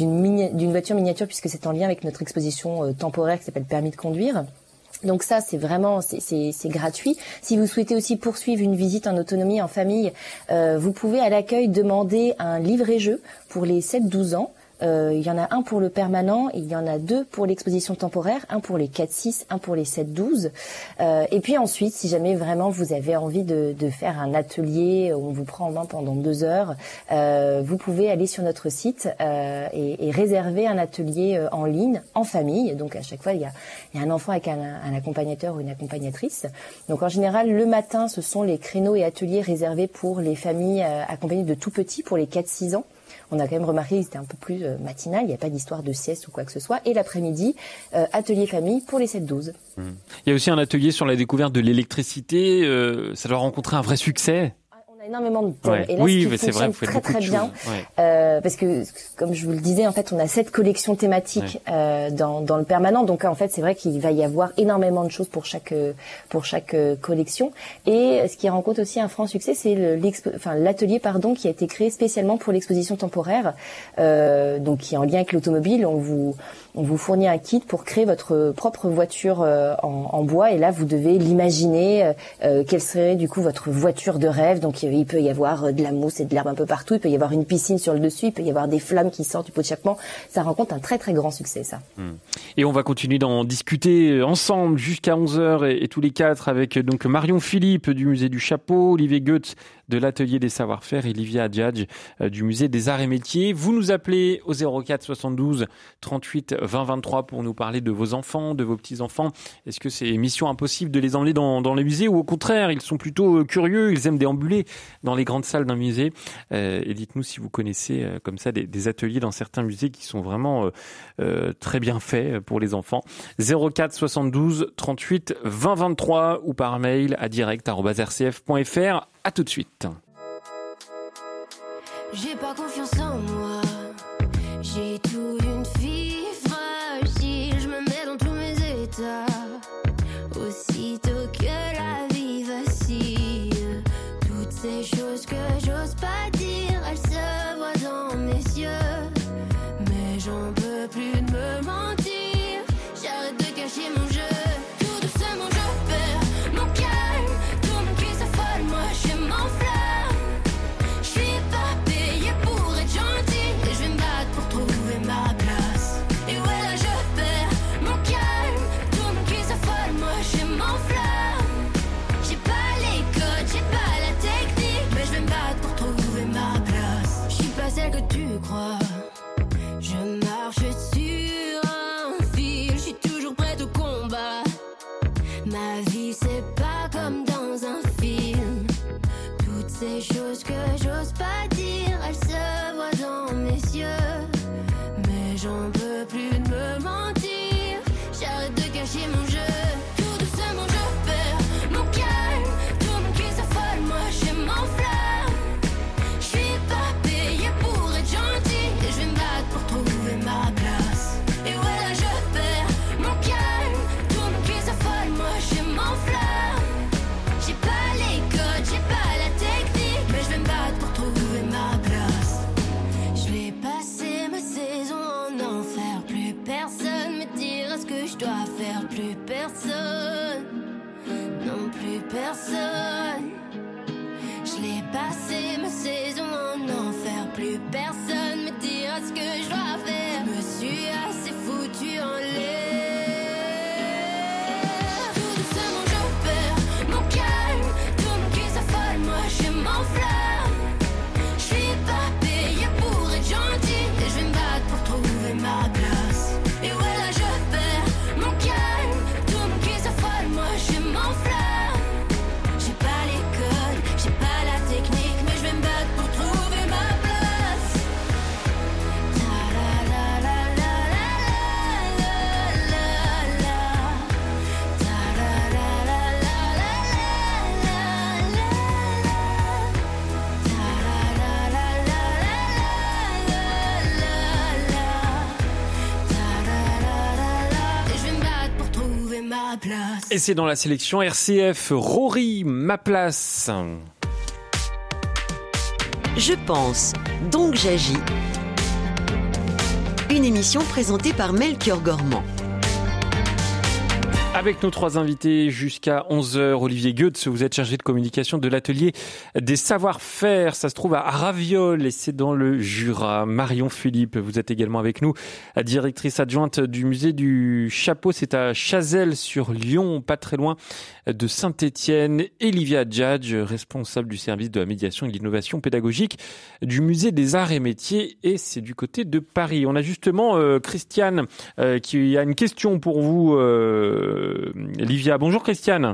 d'une voiture miniature, puisque c'est en lien avec notre exposition temporaire qui s'appelle Permis de conduire. Donc ça, c'est vraiment, c'est gratuit. Si vous souhaitez aussi poursuivre une visite en autonomie en famille, vous pouvez à l'accueil demander un livret-jeu pour les 7-12 ans. Il y en a un pour le permanent et il y en a 2 pour l'exposition temporaire, un pour les 4-6, un pour les 7-12. Et puis ensuite, si jamais vraiment vous avez envie de faire un atelier où on vous prend en main pendant 2 heures, vous pouvez aller sur notre site et réserver un atelier en ligne, en famille. Donc à chaque fois, il y a un enfant avec un accompagnateur ou une accompagnatrice. Donc en général, le matin, ce sont les créneaux et ateliers réservés pour les familles accompagnées de tout petits, pour les 4-6 ans. On a quand même remarqué que c'était un peu plus matinal, il n'y a pas d'histoire de sieste ou quoi que ce soit. Et l'après-midi, atelier famille pour les 7-12. Il y a aussi un atelier sur la découverte de l'électricité. Ça doit rencontrer un vrai succès. On a énormément de thèmes. Ouais. Et là, oui, ce qui mais c'est vrai, vous faites très beaucoup très de bien, choses. parce que comme je vous le disais, en fait, on a 7 collections thématiques dans le permanent. Donc en fait, c'est vrai qu'il va y avoir énormément de choses pour chaque collection. Et ce qui rencontre aussi un franc succès, c'est l'atelier qui a été créé spécialement pour l'exposition temporaire, donc qui est en lien avec l'automobile. On vous fournit un kit pour créer votre propre voiture en bois, et là vous devez l'imaginer. Quelle serait du coup votre voiture de rêve? Donc il peut y avoir de la mousse et de l'herbe un peu partout. Il peut y avoir une piscine sur le dessus. Il peut y avoir des flammes qui sortent du pot d'échappement. Ça rencontre un très très grand succès, ça. Et on va continuer d'en discuter ensemble jusqu'à 11h et tous les 4 avec donc Marion Philippe du musée du Chapeau, Olivier Goetz de l'atelier des savoir-faire et Livia Hadjadj du musée des arts et métiers. Vous nous appelez au 04 72 38 20 23 pour nous parler de vos enfants, de vos petits-enfants. Est-ce que c'est mission impossible de les emmener dans les musées, ou au contraire, ils sont plutôt curieux, ils aiment déambuler dans les grandes salles d'un musée? Et dites-nous si vous connaissez comme ça des ateliers dans certains musées qui sont vraiment très bien faits pour les enfants. 04 72 38 20 23 ou par mail à direct@rcf.fr. À tout de suite. J'ai pas confiance en moi, j'ai tout une fille fragile, je me mets dans tous mes états, aussitôt que la vie vacille, toutes ces choses que j'ose pas dire, elles se voient dans mes yeux, mais j'en peux plus de me mentir, j'arrête de cacher mon jeu. Je marche sur un fil, je suis toujours prête au combat. Ma vie c'est pas comme dans un film. Toutes ces choses que j'ose pas dire, elles se voient dans mes yeux, mais j'en peux plus de me mentir. J'arrête de cacher mon jeu. Tout doucement je perds mon calme, tout mon cul s'affole, moi je m'enflamme. Je suis pas payée pour être gentille, et je vais me battre pour trouver ma place. Et ouais là je perds mon calme, tout mon cul s'affole, moi je m'enflamme. J'ai pas les codes, j'ai pas la technique, mais je vais me battre pour trouver ma place. je dois faire, plus personne, non plus personne. Je l'ai passé ma saison en enfer, plus personne me dira ce que je dois faire. Je me suis assez foutu en l'air. Tout doucement je perds mon calme, tout mon qui s'affole, moi je m'enflamme. Je suis pas payé pour être gentil et je vais me battre pour trouver ma place. Et ouais là je perds mon calme, tout mon qui s'affole, moi je m'enflamme. J'ai pas les codes, j'ai pas la technique, mais je vais me battre pour trouver ma place. La la la la la la la la la. La la la la la la la la la. La la la la la la la. Et je vais me battre pour trouver ma place. Et c'est dans la sélection RCF, Rory, ma place. Je pense, donc j'agis. Une émission présentée par Melchior Gormand. Avec nos trois invités jusqu'à 11h, Olivier Goetz, vous êtes chargé de communication de l'atelier des savoir-faire. Ça se trouve à Raviolle et c'est dans le Jura. Marion Philippe, vous êtes également avec nous, directrice adjointe du musée du Chapeau. C'est à Chazelles-sur-Lyon, pas très loin de Saint-Étienne. Livia Djadj, responsable du service de la médiation et de l'innovation pédagogique du musée des arts et métiers. Et c'est du côté de Paris. On a justement Christiane qui a une question pour vous, Livia. Bonjour Christiane.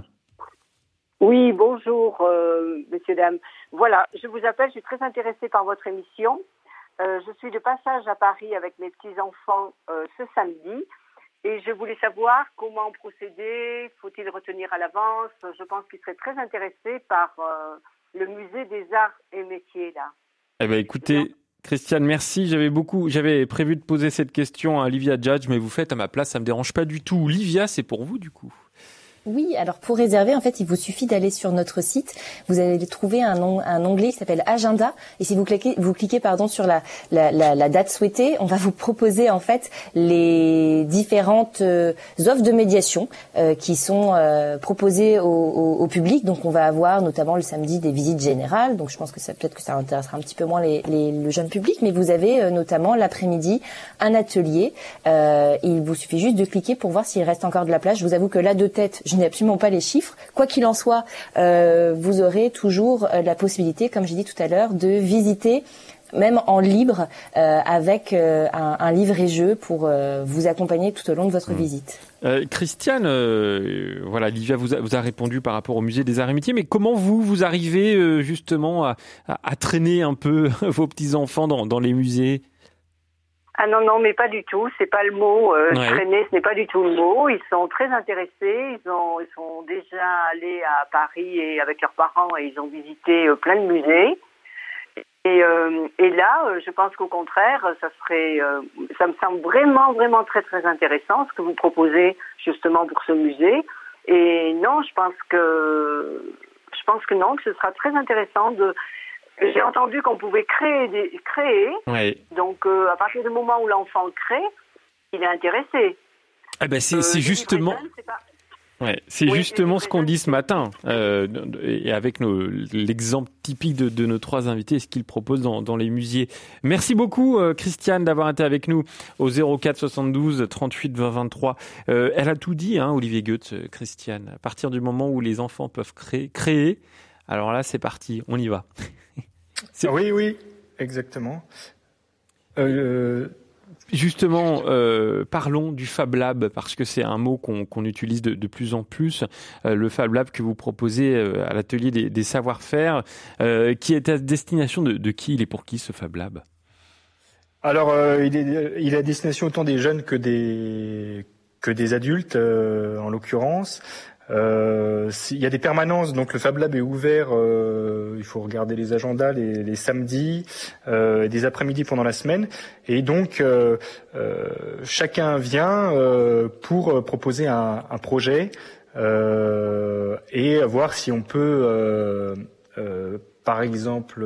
Oui, bonjour messieurs, dames. Voilà, je vous appelle, je suis très intéressée par votre émission. Je suis de passage à Paris avec mes petits-enfants ce samedi et je voulais savoir comment procéder, faut-il retenir à l'avance. Je pense qu'ils seraient très intéressés par le musée des arts et métiers là. Eh bien écoutez, Christiane, merci. J'avais prévu de poser cette question à Livia Djadj, mais vous faites à ma place, ça me dérange pas du tout. Livia, c'est pour vous du coup. Oui, alors pour réserver, en fait, il vous suffit d'aller sur notre site. Vous allez trouver un onglet qui s'appelle Agenda. Et si vous cliquez sur la date souhaitée, on va vous proposer en fait les différentes offres de médiation qui sont proposées au public. Donc on va avoir notamment le samedi des visites générales. Donc je pense que peut-être que ça intéressera un petit peu moins le jeune public. Mais vous avez notamment l'après-midi un atelier. Il vous suffit juste de cliquer pour voir s'il reste encore de la place. Je vous avoue que là de tête, je n'ai absolument pas les chiffres. Quoi qu'il en soit, vous aurez toujours la possibilité, comme j'ai dit tout à l'heure, de visiter même en libre avec un livret-jeu pour vous accompagner tout au long de votre visite. Christiane, voilà, Livia vous a répondu par rapport au musée des arts et métiers, mais comment vous arrivez justement à traîner un peu vos petits-enfants dans les musées ? Ah non, mais pas du tout. C'est pas le mot. Traîner, ce n'est pas du tout le mot. Ils sont très intéressés. Ils sont déjà allés à Paris et avec leurs parents et ils ont visité plein de musées. Et là, je pense qu'au contraire, ça me semble vraiment, vraiment très, très intéressant ce que vous proposez justement pour ce musée. Et non, je pense que non, que ce sera très intéressant de. J'ai entendu qu'on pouvait créer. Oui. Donc, à partir du moment où l'enfant crée, il est intéressé. Eh ben c'est justement. C'est justement ce qu'on dit ce matin, et avec l'exemple typique de nos trois invités, ce qu'ils proposent dans les musées. Merci beaucoup, Christiane, d'avoir été avec nous au 04 72 38 20 23. Elle a tout dit, Olivier Goetz, Christiane. À partir du moment où les enfants peuvent créer, alors là, c'est parti, on y va. Oui, exactement. Justement, parlons du Fab Lab, parce que c'est un mot qu'on utilise de plus en plus. Le Fab Lab que vous proposez à l'atelier des savoir-faire, qui est à destination de qui? Il est pour qui ce Fab Lab? Alors, il est à destination autant des jeunes que des adultes, en l'occurrence. Il y a des permanences, donc le Fab Lab est ouvert, il faut regarder les agendas les samedis, des après-midi pendant la semaine, et donc chacun vient pour proposer un projet et voir si on peut par exemple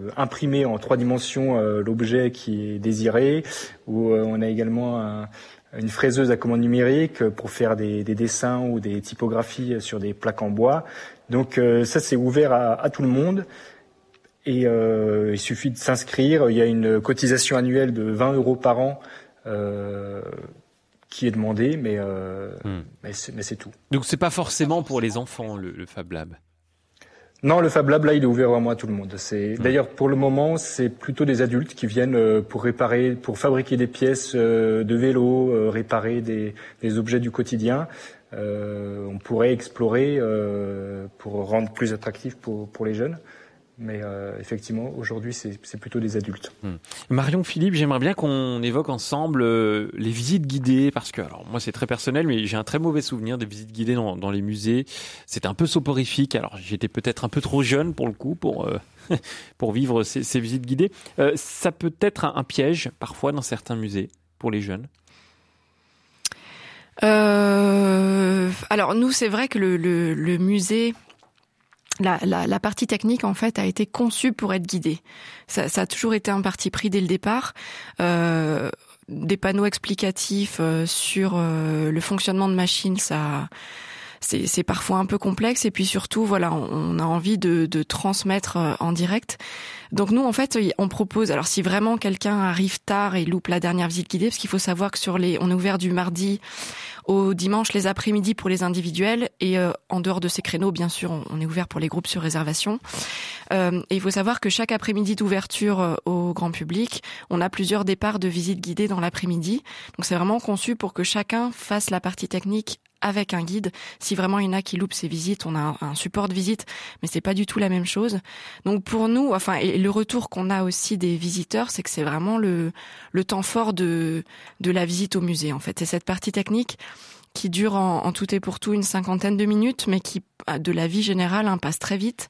imprimer en 3 dimensions l'objet qui est désiré, ou on a également une fraiseuse à commande numérique pour faire des dessins ou des typographies sur des plaques en bois. Donc ça, c'est ouvert à tout le monde. Et il suffit de s'inscrire. Il y a une cotisation annuelle de 20 € par an qui est demandée, mais c'est tout. Donc c'est pas forcément pour les enfants le Fab Lab. Non, le Fab Lab, là, il est ouvert vraiment à tout le monde. D'ailleurs, pour le moment, c'est plutôt des adultes qui viennent pour fabriquer des pièces de vélo, réparer des objets du quotidien. On pourrait explorer pour rendre plus attractif pour les jeunes. Mais effectivement, aujourd'hui, c'est plutôt des adultes. Marion, Philippe, j'aimerais bien qu'on évoque ensemble les visites guidées, parce que, alors moi c'est très personnel, mais j'ai un très mauvais souvenir des visites guidées dans les musées. C'était un peu soporifique. Alors j'étais peut-être un peu trop jeune pour le coup pour vivre ces visites guidées. Ça peut être un piège parfois dans certains musées pour les jeunes. Alors nous, c'est vrai que le musée, la partie technique en fait a été conçue pour être guidée. Ça a toujours été un parti pris dès le départ. Des panneaux explicatifs sur le fonctionnement de machines, c'est parfois un peu complexe, et puis surtout voilà, on a envie de transmettre en direct. Donc nous en fait on propose, alors si vraiment quelqu'un arrive tard et loupe la dernière visite guidée, parce qu'il faut savoir que on est ouvert du mardi au dimanche les après-midi pour les individuels, et en dehors de ces créneaux bien sûr on est ouvert pour les groupes sur réservation. Et il faut savoir que chaque après-midi d'ouverture au grand public, on a plusieurs départs de visite guidée dans l'après-midi. Donc c'est vraiment conçu pour que chacun fasse la partie technique avec un guide. Si vraiment il y en a qui loupent ces visites, on a un support de visite, mais c'est pas du tout la même chose. Donc pour nous, enfin, et le retour qu'on a aussi des visiteurs, c'est que c'est vraiment le temps fort de la visite au musée, en fait. C'est cette partie technique qui dure en tout et pour tout une 50aine de minutes, mais qui, de la vie générale, passe très vite.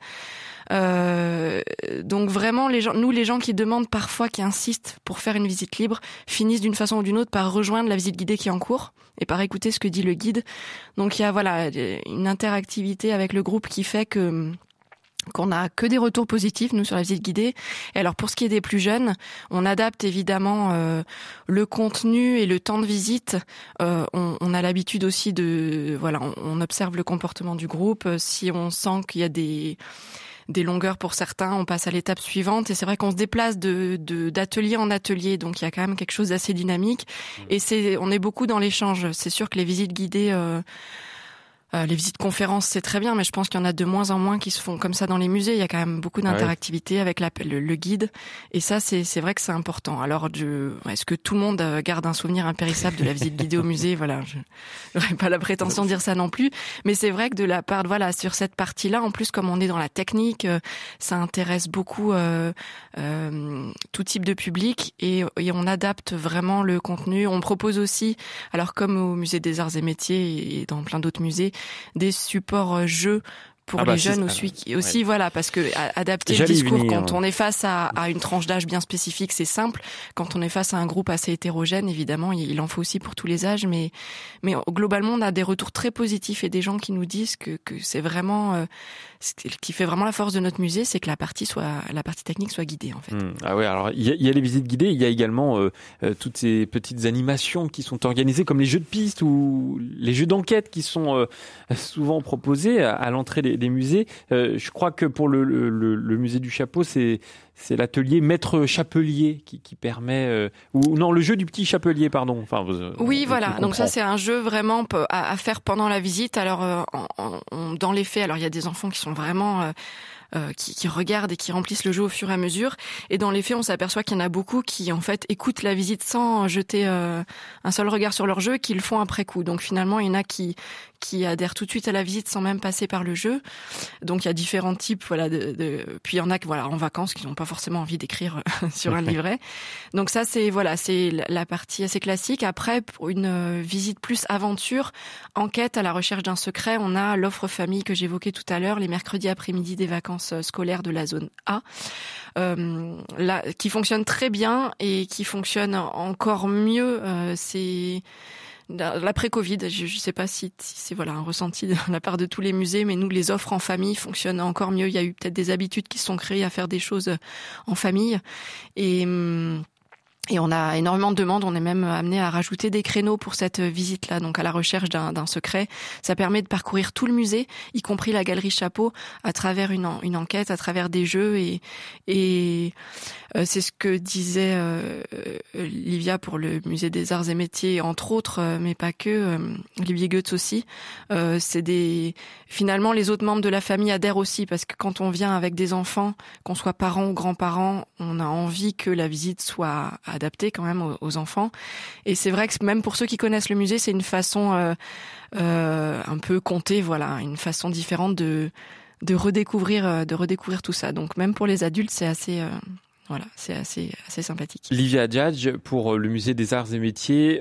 Donc vraiment, les gens qui demandent parfois, qui insistent pour faire une visite libre, finissent d'une façon ou d'une autre par rejoindre la visite guidée qui est en cours et par écouter ce que dit le guide. Donc il y a voilà une interactivité avec le groupe qui fait qu'on a que des retours positifs nous sur la visite guidée. Et alors pour ce qui est des plus jeunes, on adapte évidemment le contenu et le temps de visite. On a l'habitude aussi on observe le comportement du groupe. Si on sent qu'il y a des longueurs pour certains, on passe à l'étape suivante, et c'est vrai qu'on se déplace d'atelier en atelier, donc il y a quand même quelque chose d'assez dynamique, et on est beaucoup dans l'échange. C'est sûr que les visites guidées, les visites conférences, c'est très bien, mais je pense qu'il y en a de moins en moins qui se font comme ça dans les musées. Il y a quand même beaucoup d'interactivité avec le guide, et ça, c'est vrai que c'est important. Alors, est-ce que tout le monde garde un souvenir impérissable de la visite guidée au musée? Voilà, je n'aurais pas la prétention de dire ça non plus, mais c'est vrai que de la part, voilà, sur cette partie-là, en plus, comme on est dans la technique, ça intéresse beaucoup tout type de public, et on adapte vraiment le contenu. On propose aussi, alors comme au musée des Arts et Métiers et dans plein d'autres musées, des supports jeux pour les jeunes aussi, voilà, parce que adapter le discours quand on est face à une tranche d'âge bien spécifique, c'est simple. Quand on est face à un groupe assez hétérogène, évidemment, il en faut aussi pour tous les âges, mais globalement, on a des retours très positifs et des gens qui nous disent que c'est vraiment ce qui fait vraiment la force de notre musée, c'est que la partie technique soit guidée, en fait. Ah ouais, alors il y a les visites guidées, il y a également toutes ces petites animations qui sont organisées, comme les jeux de piste ou les jeux d'enquête qui sont souvent proposés à l'entrée des musées. Je crois que pour le musée du Chapeau, c'est l'atelier Maître Chapelier qui permet le jeu du petit chapelier, pardon. Enfin, oui, voilà. Donc ça, c'est un jeu vraiment à faire pendant la visite. Alors dans les faits, alors il y a des enfants qui sont vraiment qui regardent et qui remplissent le jeu au fur et à mesure. Et dans les faits, on s'aperçoit qu'il y en a beaucoup qui, en fait, écoutent la visite sans jeter un seul regard sur leur jeu, qui le font après coup. Donc finalement, il y en a qui adhèrent tout de suite à la visite sans même passer par le jeu. Donc il y a différents types, voilà. Puis il y en a qui, voilà, en vacances, qui n'ont pas forcément envie d'écrire sur un livret. Donc ça, c'est la partie assez classique. Après, pour une visite plus aventure, enquête à la recherche d'un secret, on a l'offre famille que j'évoquais tout à l'heure, les mercredis après-midi des vacances scolaires de la zone A, qui fonctionne très bien et qui fonctionne encore mieux. C'est l'après-Covid. Je ne sais pas si c'est un ressenti de la part de tous les musées, mais nous, les offres en famille fonctionnent encore mieux. Il y a eu peut-être des habitudes qui se sont créées à faire des choses en famille, Et on a énormément de demandes, on est même amené à rajouter des créneaux pour cette visite-là, donc à la recherche d'un secret. Ça permet de parcourir tout le musée, y compris la galerie Chapeau, à travers une enquête, à travers des jeux. Et c'est ce que disait Livia pour le musée des Arts et Métiers, entre autres, mais pas que, Olivier Goetz aussi. Finalement, les autres membres de la famille adhèrent aussi, parce que quand on vient avec des enfants, qu'on soit parents ou grands-parents, on a envie que la visite soit adapté quand même aux enfants. Et c'est vrai que même pour ceux qui connaissent le musée, c'est une façon un peu comptée, voilà, une façon différente de redécouvrir tout ça. Donc même pour les adultes, c'est assez c'est assez sympathique. Livia Hadjadj, pour le musée des Arts et Métiers,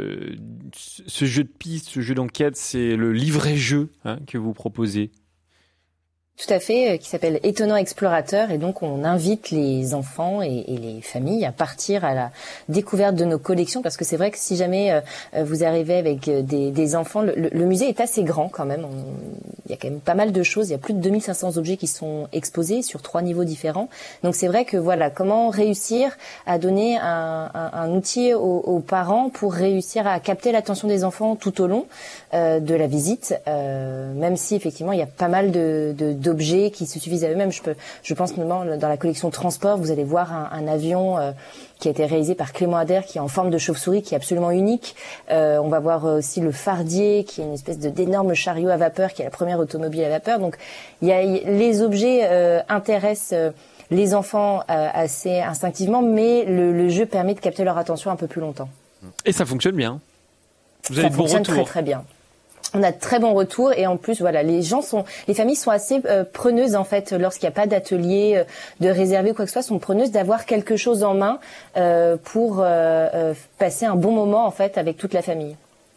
ce jeu de piste, ce jeu d'enquête, c'est le livret-jeu que vous proposez. Tout à fait, qui s'appelle Étonnant Explorateur, et donc on invite les enfants et les familles à partir à la découverte de nos collections, parce que c'est vrai que si jamais vous arrivez avec des enfants, le musée est assez grand quand même, il y a quand même pas mal de choses, il y a plus de 2500 objets qui sont exposés sur 3 niveaux différents, donc c'est vrai que voilà, comment réussir à donner un outil aux parents pour réussir à capter l'attention des enfants tout au long de la visite, même si effectivement il y a pas mal d'objets qui se suffisent à eux-mêmes. Je pense notamment dans la collection Transport, vous allez voir un avion qui a été réalisé par Clément Ader, qui est en forme de chauve-souris, qui est absolument unique. On va voir aussi le Fardier, qui est une espèce d'énorme chariot à vapeur, qui est la première automobile à vapeur. Donc les objets intéressent les enfants assez instinctivement, mais le jeu permet de capter leur attention un peu plus longtemps. Et ça fonctionne bien. Vous avez de bons retours. Ça fonctionne très très bien. On a de très bons retours, et en plus voilà, les familles sont assez preneuses en fait, lorsqu'il n'y a pas d'atelier de réservé ou quoi que ce soit, sont preneuses d'avoir quelque chose en main pour passer un bon moment en fait avec toute la famille.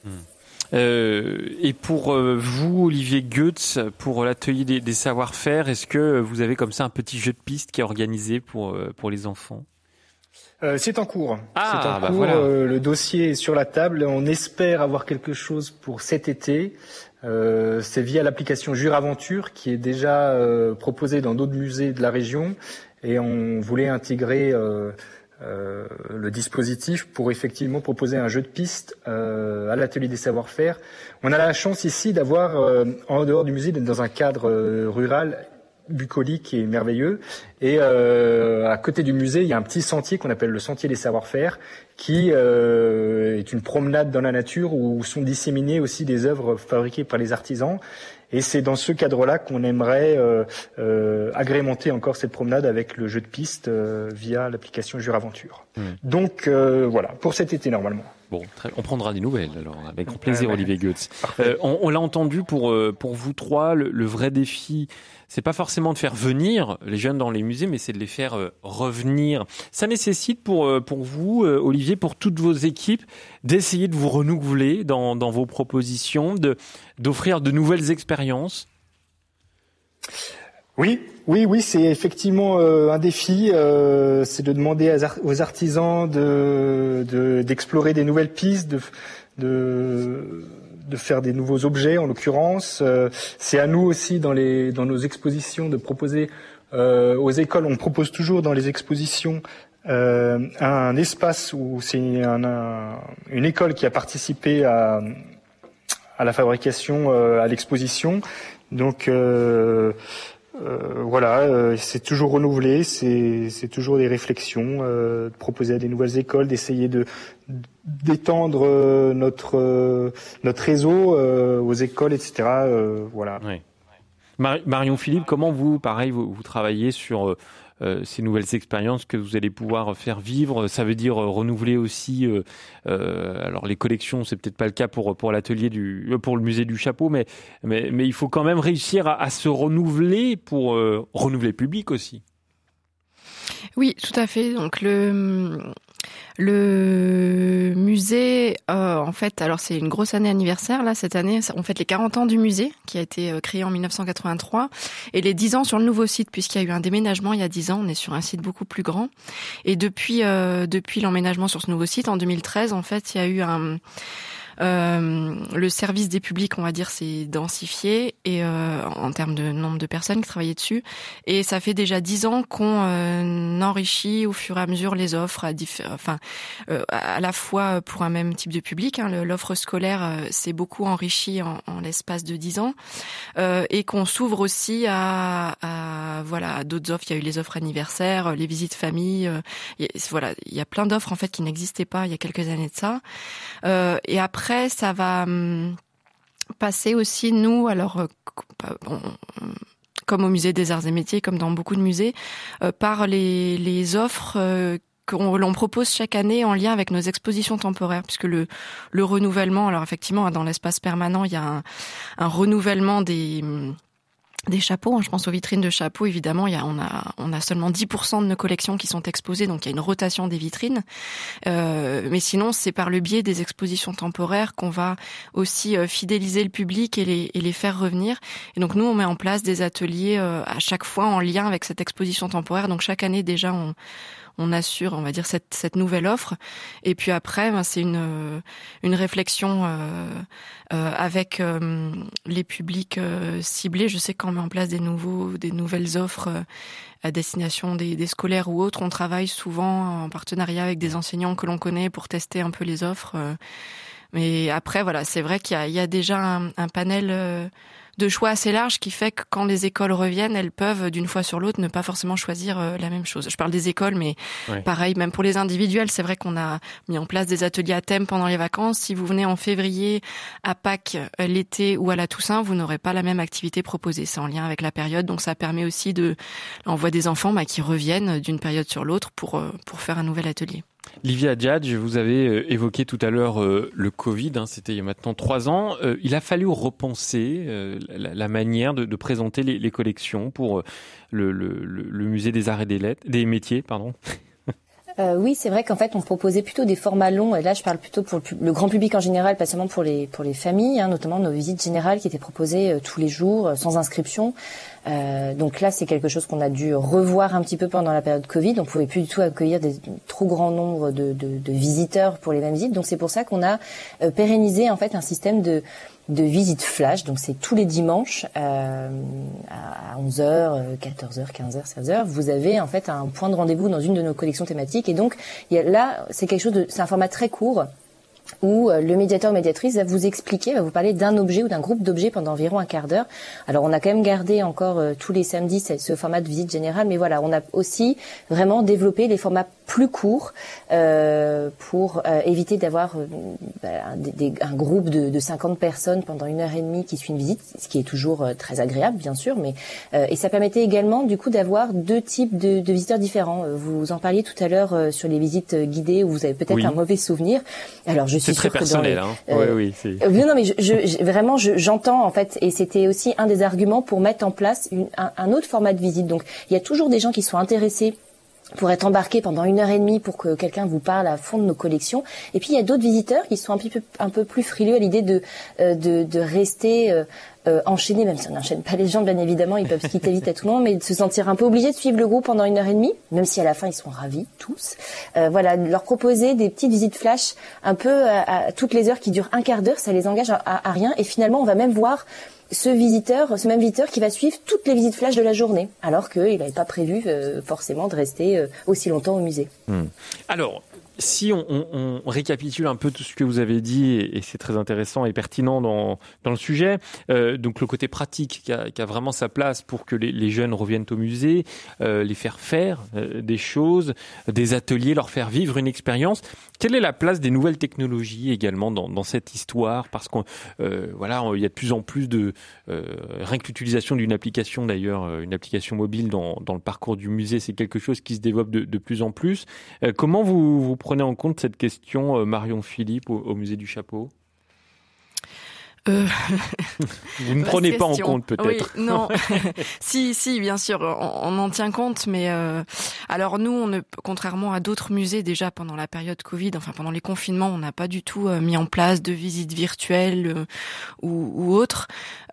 Et pour vous, Olivier Goetz, pour l'atelier des savoir-faire, est-ce que vous avez comme ça un petit jeu de piste qui est organisé pour les enfants? C'est en cours. Voilà. Le dossier est sur la table. On espère avoir quelque chose pour cet été. C'est via l'application Juraventure, qui est déjà proposée dans d'autres musées de la région. Et on voulait intégrer le dispositif pour effectivement proposer un jeu de piste à l'atelier des savoir-faire. On a la chance ici d'avoir, en dehors du musée, d'être dans un cadre rural bucolique et merveilleux, et à côté du musée il y a un petit sentier qu'on appelle le sentier des savoir-faire, qui est une promenade dans la nature où sont disséminées aussi des œuvres fabriquées par les artisans, et c'est dans ce cadre-là qu'on aimerait agrémenter encore cette promenade avec le jeu de piste via l'application Juraventure. Donc voilà, pour cet été normalement. Bon, on prendra des nouvelles alors, avec grand plaisir, Olivier Goetz. On l'a entendu, pour vous trois, le vrai défi, c'est pas forcément de faire venir les jeunes dans les musées, mais c'est de les faire revenir. Ça nécessite pour vous, Olivier, pour toutes vos équipes, d'essayer de vous renouveler dans vos propositions, d'offrir de nouvelles expériences. Oui, c'est effectivement un défi. C'est de demander aux artisans d'explorer des nouvelles pistes, de faire des nouveaux objets en l'occurrence. C'est à nous aussi dans nos expositions de proposer aux écoles. On propose toujours dans les expositions un espace où c'est une école qui a participé à la fabrication, à l'exposition. Donc voilà, c'est toujours renouvelé, c'est toujours des réflexions, de proposer à des nouvelles écoles, d'essayer d'étendre notre réseau aux écoles, etc. Voilà. Oui. Marion Philippe, comment vous travaillez sur ces nouvelles expériences que vous allez pouvoir faire vivre? Ça veut dire renouveler aussi. Alors les collections, c'est peut-être pas le cas pour l'atelier pour le musée du Chapeau, mais il faut quand même réussir à se renouveler pour renouveler le public aussi. Oui, tout à fait. Donc le musée, en fait, alors c'est une grosse année anniversaire, là, cette année. On fête les 40 ans du musée, qui a été créé en 1983, et les 10 ans sur le nouveau site, puisqu'il y a eu un déménagement il y a 10 ans. On est sur un site beaucoup plus grand. Et depuis l'emménagement sur ce nouveau site, en 2013, en fait, il y a eu Le service des publics, on va dire, s'est densifié et en termes de nombre de personnes qui travaillaient dessus. Et ça fait déjà 10 ans qu'on enrichit au fur et à mesure les offres, à la fois pour un même type de public. L'offre scolaire s'est beaucoup enrichie en l'espace de 10 ans et qu'on s'ouvre aussi à d'autres offres. Il y a eu les offres anniversaires, les visites famille. Il y a plein d'offres en fait qui n'existaient pas il y a quelques années de ça. Et après, ça va passer aussi, nous, comme au musée des Arts et Métiers, comme dans beaucoup de musées, par les offres l'on propose chaque année en lien avec nos expositions temporaires, puisque le renouvellement, alors effectivement, dans l'espace permanent, il y a un renouvellement des chapeaux, je pense aux vitrines de chapeaux, évidemment, on a seulement 10% de nos collections qui sont exposées, donc il y a une rotation des vitrines. Mais sinon, c'est par le biais des expositions temporaires qu'on va aussi fidéliser le public et les faire revenir. Et donc nous, on met en place des ateliers à chaque fois en lien avec cette exposition temporaire. Donc chaque année, déjà, on assure, on va dire, cette nouvelle offre. Et puis après, c'est une réflexion avec les publics ciblés. Je sais qu'on met en place des nouvelles offres à destination des scolaires ou autres. On travaille souvent en partenariat avec des enseignants que l'on connaît pour tester un peu les offres. Mais après, voilà, c'est vrai qu'il y a déjà un panel de choix assez large qui fait que quand les écoles reviennent, elles peuvent d'une fois sur l'autre ne pas forcément choisir la même chose. Je parle des écoles, mais pareil, même pour les individuels, c'est vrai qu'on a mis en place des ateliers à thème pendant les vacances. Si vous venez en février, à Pâques, l'été ou à la Toussaint, vous n'aurez pas la même activité proposée. C'est en lien avec la période, donc ça permet aussi on voit des enfants qui reviennent d'une période sur l'autre pour faire un nouvel atelier. Livia Hadjadj, vous avez évoqué tout à l'heure le Covid, c'était il y a maintenant 3 ans. Il a fallu repenser la manière de présenter les collections pour le musée des arts et des métiers, pardon. Oui, c'est vrai qu'en fait, on proposait plutôt des formats longs. Et là, je parle plutôt pour le grand public en général, pas seulement pour les familles, notamment nos visites générales qui étaient proposées tous les jours, sans inscription. Donc là, c'est quelque chose qu'on a dû revoir un petit peu pendant la période Covid. On pouvait plus du tout accueillir des trop grands nombres de visiteurs pour les mêmes visites. Donc c'est pour ça qu'on a pérennisé en fait un système de visites flash. Donc c'est tous les dimanches à 11h, 14h, 15h, 16h. Vous avez en fait un point de rendez-vous dans une de nos collections thématiques. Et donc là, c'est c'est un format très court, où le médiateur ou médiatrice va vous expliquer, va vous parler d'un objet ou d'un groupe d'objets pendant environ un quart d'heure. Alors on a quand même gardé encore tous les samedis ce format de visite générale, mais voilà, on a aussi vraiment développé les formats plus courts pour éviter d'avoir un groupe de 50 personnes pendant 1h30 qui suit une visite, ce qui est toujours très agréable bien sûr, mais et ça permettait également du coup d'avoir 2 types de visiteurs différents. Vous en parliez tout à l'heure sur les visites guidées où vous avez peut-être un mauvais souvenir. Alors je suis c'est très personnel, non, mais vraiment, j'entends en fait, et c'était aussi un des arguments pour mettre en place un autre format de visite. Donc, il y a toujours des gens qui sont intéressés pour être embarqués pendant 1h30 pour que quelqu'un vous parle à fond de nos collections. Et puis il y a d'autres visiteurs qui sont un peu plus frileux à l'idée de rester enchaînés, même si on n'enchaîne pas les gens, bien évidemment, ils peuvent se quitter vite à tout moment, mais de se sentir un peu obligés de suivre le groupe pendant 1h30, même si à la fin ils sont ravis tous. Leur proposer des petites visites flash un peu à toutes les heures qui durent un quart d'heure, ça les engage à rien. Et finalement, on va même voir ce même visiteur qui va suivre toutes les visites flash de la journée, alors qu'il n'avait pas prévu forcément de rester aussi longtemps au musée. Alors, si on récapitule un peu tout ce que vous avez dit, et c'est très intéressant et pertinent dans le sujet, donc le côté pratique qui a vraiment sa place pour que les jeunes reviennent au musée, les faire faire des choses, des ateliers, leur faire vivre une expérience. Quelle est la place des nouvelles technologies également dans cette histoire ? Parce qu'il y a de plus en plus rien que l'utilisation d'une application d'ailleurs, une application mobile dans le parcours du musée, c'est quelque chose qui se développe de plus en plus. Comment vous prenez en compte cette question, Marion Philippe, au musée du Chapeau ? Vous ne prenez pas en compte peut-être. Oui, non. si, bien sûr, on en tient compte, mais alors nous, contrairement à d'autres musées déjà pendant la période Covid, pendant les confinements, on n'a pas du tout mis en place de visites virtuelles ou autres.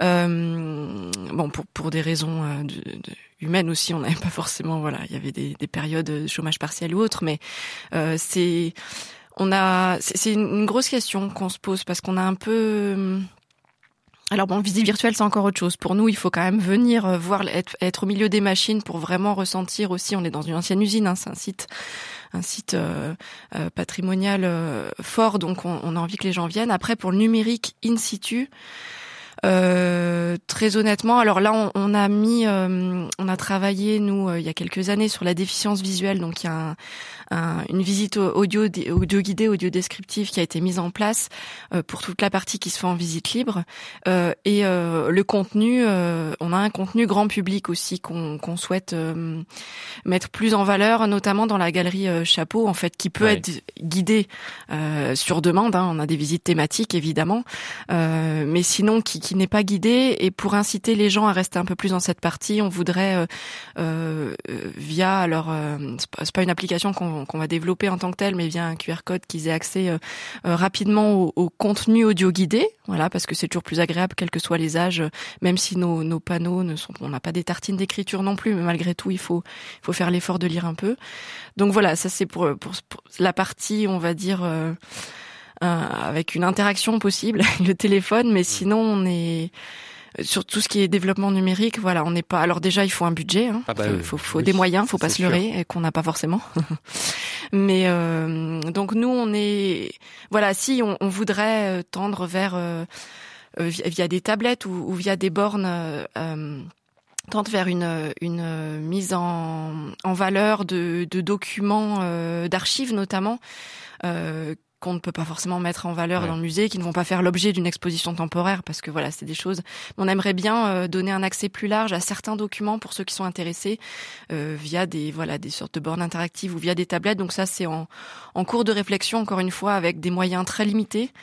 Pour des raisons humaines aussi, on n'avait pas forcément, il y avait des périodes de chômage partiel ou autre, mais C'est une grosse question qu'on se pose parce qu'on a un peu... Alors bon, visite virtuelle, c'est encore autre chose. Pour nous, il faut quand même venir voir, être au milieu des machines pour vraiment ressentir aussi. On est dans une ancienne usine, hein, c'est un site patrimonial fort, donc on a envie que les gens viennent. Après, pour le numérique in situ, très honnêtement, alors là, on a travaillé nous il y a quelques années sur la déficience visuelle, donc il y a une visite audio guidée, audio descriptive qui a été mise en place pour toute la partie qui se fait en visite libre. Et le contenu, on a un contenu grand public aussi qu'on souhaite mettre plus en valeur, notamment dans la galerie Chapeau, en fait, qui peut être guidée sur demande. Hein. On a des visites thématiques évidemment, mais sinon qui n'est pas guidée. Et pour inciter les gens à rester un peu plus dans cette partie, on voudrait via alors c'est pas une application qu'on va développer en tant que telle, mais via un QR code qu'ils aient accès rapidement au contenu audio guidé, voilà, parce que c'est toujours plus agréable quels que soient les âges, même si nos panneaux on n'a pas des tartines d'écriture non plus, mais malgré tout il faut faire l'effort de lire un peu. Donc voilà, ça c'est pour la partie, on va dire avec une interaction possible avec le téléphone, mais sinon on est sur tout ce qui est développement numérique, voilà, on n'est pas. Alors déjà, il faut un budget, hein. Faut des moyens, faut pas se leurrer, et qu'on n'a pas forcément. Mais donc nous, on est, voilà, si on voudrait tendre vers via des tablettes ou via des bornes. Tente vers une mise en valeur de documents, d'archives notamment. Qu'on ne peut pas forcément mettre en valeur dans le musée, qui ne vont pas faire l'objet d'une exposition temporaire, parce que voilà, c'est des choses. On aimerait bien donner un accès plus large à certains documents pour ceux qui sont intéressés via des sortes de bornes interactives ou via des tablettes. Donc ça, c'est en cours de réflexion, encore une fois, avec des moyens très limités.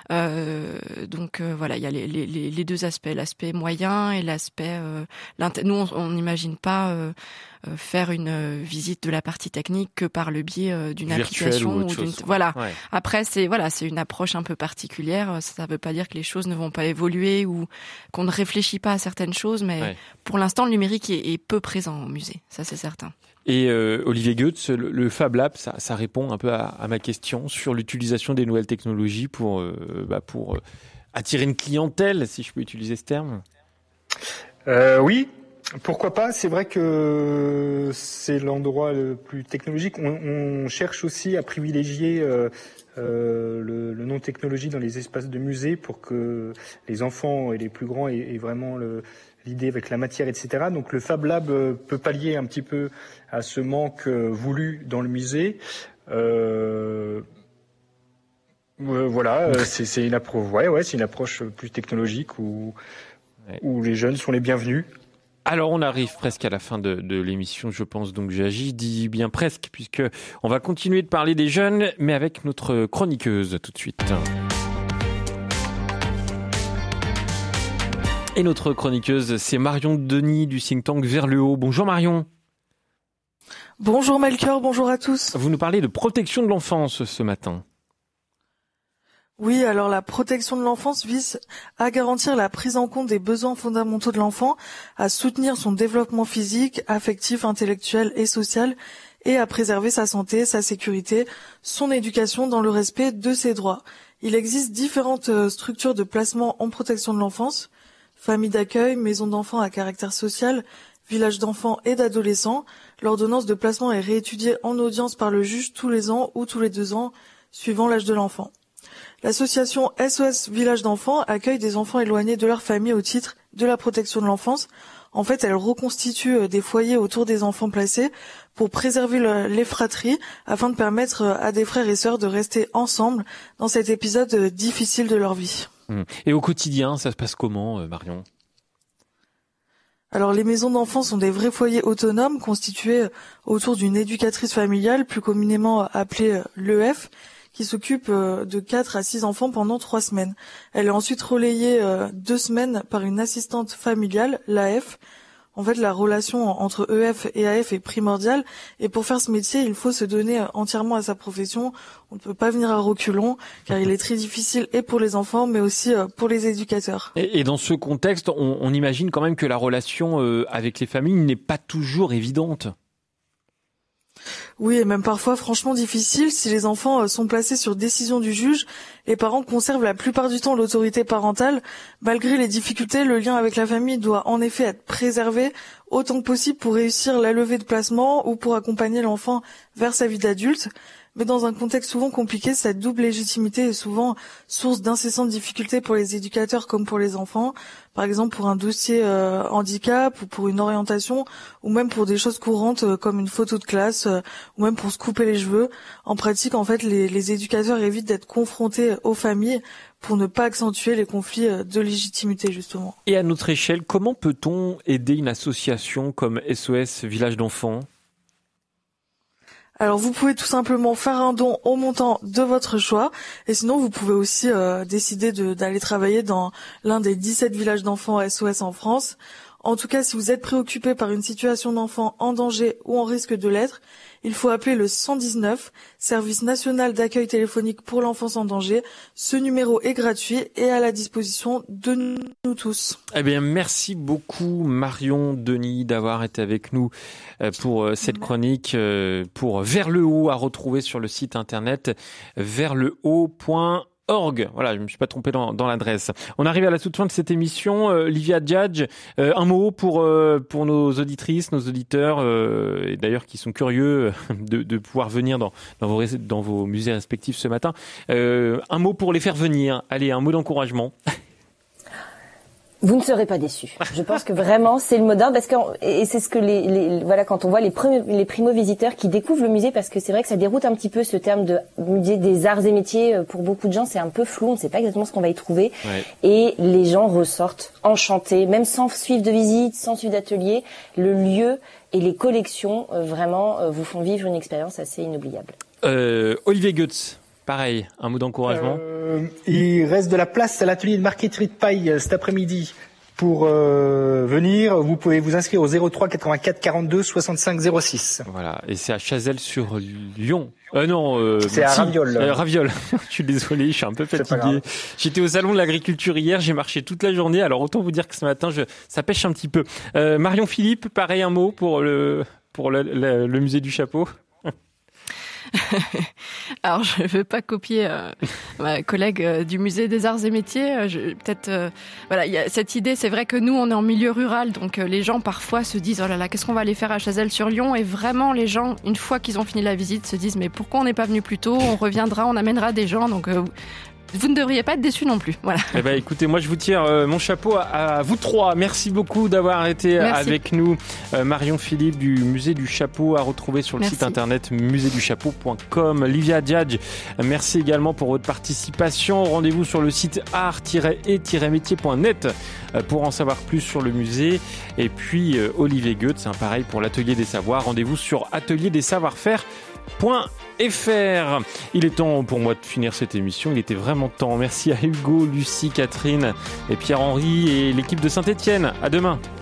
Donc voilà, il y a les deux aspects, l'aspect moyen et l'aspect. Nous, on n'imagine pas faire une visite de la partie technique que par le biais d'une application ou d'une. Voilà. Ouais. Après, c'est une approche un peu particulière. Ça veut pas dire que les choses ne vont pas évoluer ou qu'on ne réfléchit pas à certaines choses, mais pour l'instant, le numérique est peu présent au musée. Ça, c'est certain. Et Olivier Goetz, le Fab Lab, ça répond un peu à ma question sur l'utilisation des nouvelles technologies pour attirer une clientèle, si je peux utiliser ce terme. Oui, pourquoi pas. C'est vrai que c'est l'endroit le plus technologique. On cherche aussi à privilégier le non-technologie dans les espaces de musée pour que les enfants et les plus grands aient vraiment l'idée avec la matière, etc. Donc le Fab Lab peut pallier un petit peu à ce manque voulu dans le musée. Voilà, c'est une approche plus technologique où les jeunes sont les bienvenus. Alors on arrive presque à la fin de l'émission, je pense, donc j'agis, dis bien presque, puisque on va continuer de parler des jeunes, mais avec notre chroniqueuse tout de suite. Et notre chroniqueuse, c'est Marion Denis du think tank Vers le Haut. Bonjour Marion. Bonjour Melchior, bonjour à tous. Vous nous parlez de protection de l'enfance ce matin. Oui, alors la protection de l'enfance vise à garantir la prise en compte des besoins fondamentaux de l'enfant, à soutenir son développement physique, affectif, intellectuel et social, et à préserver sa santé, sa sécurité, son éducation dans le respect de ses droits. Il existe différentes structures de placement en protection de l'enfance, familles d'accueil, maisons d'enfants à caractère social, villages d'enfants et d'adolescents. L'ordonnance de placement est réétudiée en audience par le juge tous les ans ou tous les 2 ans, suivant l'âge de l'enfant. L'association SOS Village d'enfants accueille des enfants éloignés de leur famille au titre de la protection de l'enfance. En fait, elle reconstitue des foyers autour des enfants placés pour préserver les fratries afin de permettre à des frères et sœurs de rester ensemble dans cet épisode difficile de leur vie. Et au quotidien, ça se passe comment, Marion ? Alors les maisons d'enfants sont des vrais foyers autonomes constitués autour d'une éducatrice familiale, plus communément appelée l'EF, qui s'occupe de 4 à 6 enfants pendant 3 semaines. Elle est ensuite relayée 2 semaines par une assistante familiale, l'AF. En fait, la relation entre EF et AF est primordiale, et pour faire ce métier, il faut se donner entièrement à sa profession. On ne peut pas venir à reculons, car il est très difficile et pour les enfants, mais aussi pour les éducateurs. Et dans ce contexte, on imagine quand même que la relation avec les familles n'est pas toujours évidente. Oui, et même parfois franchement difficile. Si les enfants sont placés sur décision du juge, les parents conservent la plupart du temps l'autorité parentale. Malgré les difficultés, le lien avec la famille doit en effet être préservé autant que possible pour réussir la levée de placement ou pour accompagner l'enfant vers sa vie d'adulte. Mais dans un contexte souvent compliqué, cette double légitimité est souvent source d'incessantes difficultés pour les éducateurs comme pour les enfants. Par exemple, pour un dossier handicap ou pour une orientation, ou même pour des choses courantes comme une photo de classe, ou même pour se couper les cheveux. En pratique, en fait, les éducateurs évitent d'être confrontés aux familles pour ne pas accentuer les conflits de légitimité, justement. Et à notre échelle, comment peut-on aider une association comme SOS Village d'Enfants ? Alors vous pouvez tout simplement faire un don au montant de votre choix, et sinon vous pouvez aussi décider d'aller travailler dans l'un des 17 villages d'enfants SOS en France. En tout cas, si vous êtes préoccupé par une situation d'enfant en danger ou en risque de l'être, il faut appeler le 119, service national d'accueil téléphonique pour l'enfance en danger. Ce numéro est gratuit et à la disposition de nous tous. Eh bien, merci beaucoup Marion Denis d'avoir été avec nous pour cette chronique pour Vers le haut, à retrouver sur le site internet verslhaut.org. Voilà, je me suis pas trompé dans l'adresse. On arrive à la toute fin de cette émission. Livia Djadj, un mot pour nos auditrices, nos auditeurs, et d'ailleurs qui sont curieux de pouvoir venir dans vos musées respectifs ce matin. Un mot pour les faire venir. Allez, un mot d'encouragement. Vous ne serez pas déçus. Je pense que vraiment c'est le mot d'ordre, parce que et c'est ce que voilà, quand on voit les primo-visiteurs qui découvrent le musée, parce que c'est vrai que ça déroute un petit peu ce terme de musée des arts et métiers. Pour beaucoup de gens, c'est un peu flou, on ne sait pas exactement ce qu'on va y trouver. Ouais. Et les gens ressortent enchantés, même sans suivre de visite, sans suivre d'atelier. Le lieu et les collections vraiment vous font vivre une expérience assez inoubliable. Olivier Goetz. Pareil, un mot d'encouragement. Il reste de la place à l'atelier de marqueterie de paille cet après-midi pour venir. Vous pouvez vous inscrire au 03 84 42 65 06. Voilà, et c'est à Chazelles-sur-Lyon. C'est à Raviolle. Raviolle. Je suis désolé, je suis un peu fatigué. J'étais au salon de l'agriculture hier, j'ai marché toute la journée. Alors autant vous dire que ce matin, ça pêche un petit peu. Marion Philippe, pareil, un mot pour le musée du chapeau. Alors, je ne veux pas copier ma collègue du musée des arts et métiers. Voilà, il y a cette idée. C'est vrai que nous, on est en milieu rural, donc les gens parfois se disent oh là là, qu'est-ce qu'on va aller faire à Chazelles-sur-Lyon ? Et vraiment, les gens, une fois qu'ils ont fini la visite, se disent mais pourquoi on n'est pas venu plus tôt ? On reviendra, on amènera des gens. Donc vous ne devriez pas être déçus non plus. Voilà. Eh ben, écoutez, moi je vous tire mon chapeau à vous trois. Merci beaucoup d'avoir été avec nous. Marion Philippe du musée du chapeau, à retrouver sur le site internet muséduchapeau.com. Livia Djadj, merci également pour votre participation. Rendez-vous sur le site art-et-métier.net pour en savoir plus sur le musée. Et puis Olivier Goetz, c'est pareil pour l'atelier des savoirs. Rendez-vous sur atelierdesavoir-faire.fr. Il est temps pour moi de finir cette émission. Il était vraiment temps. Merci à Hugo, Lucie, Catherine et Pierre-Henri et l'équipe de Saint-Étienne. À demain.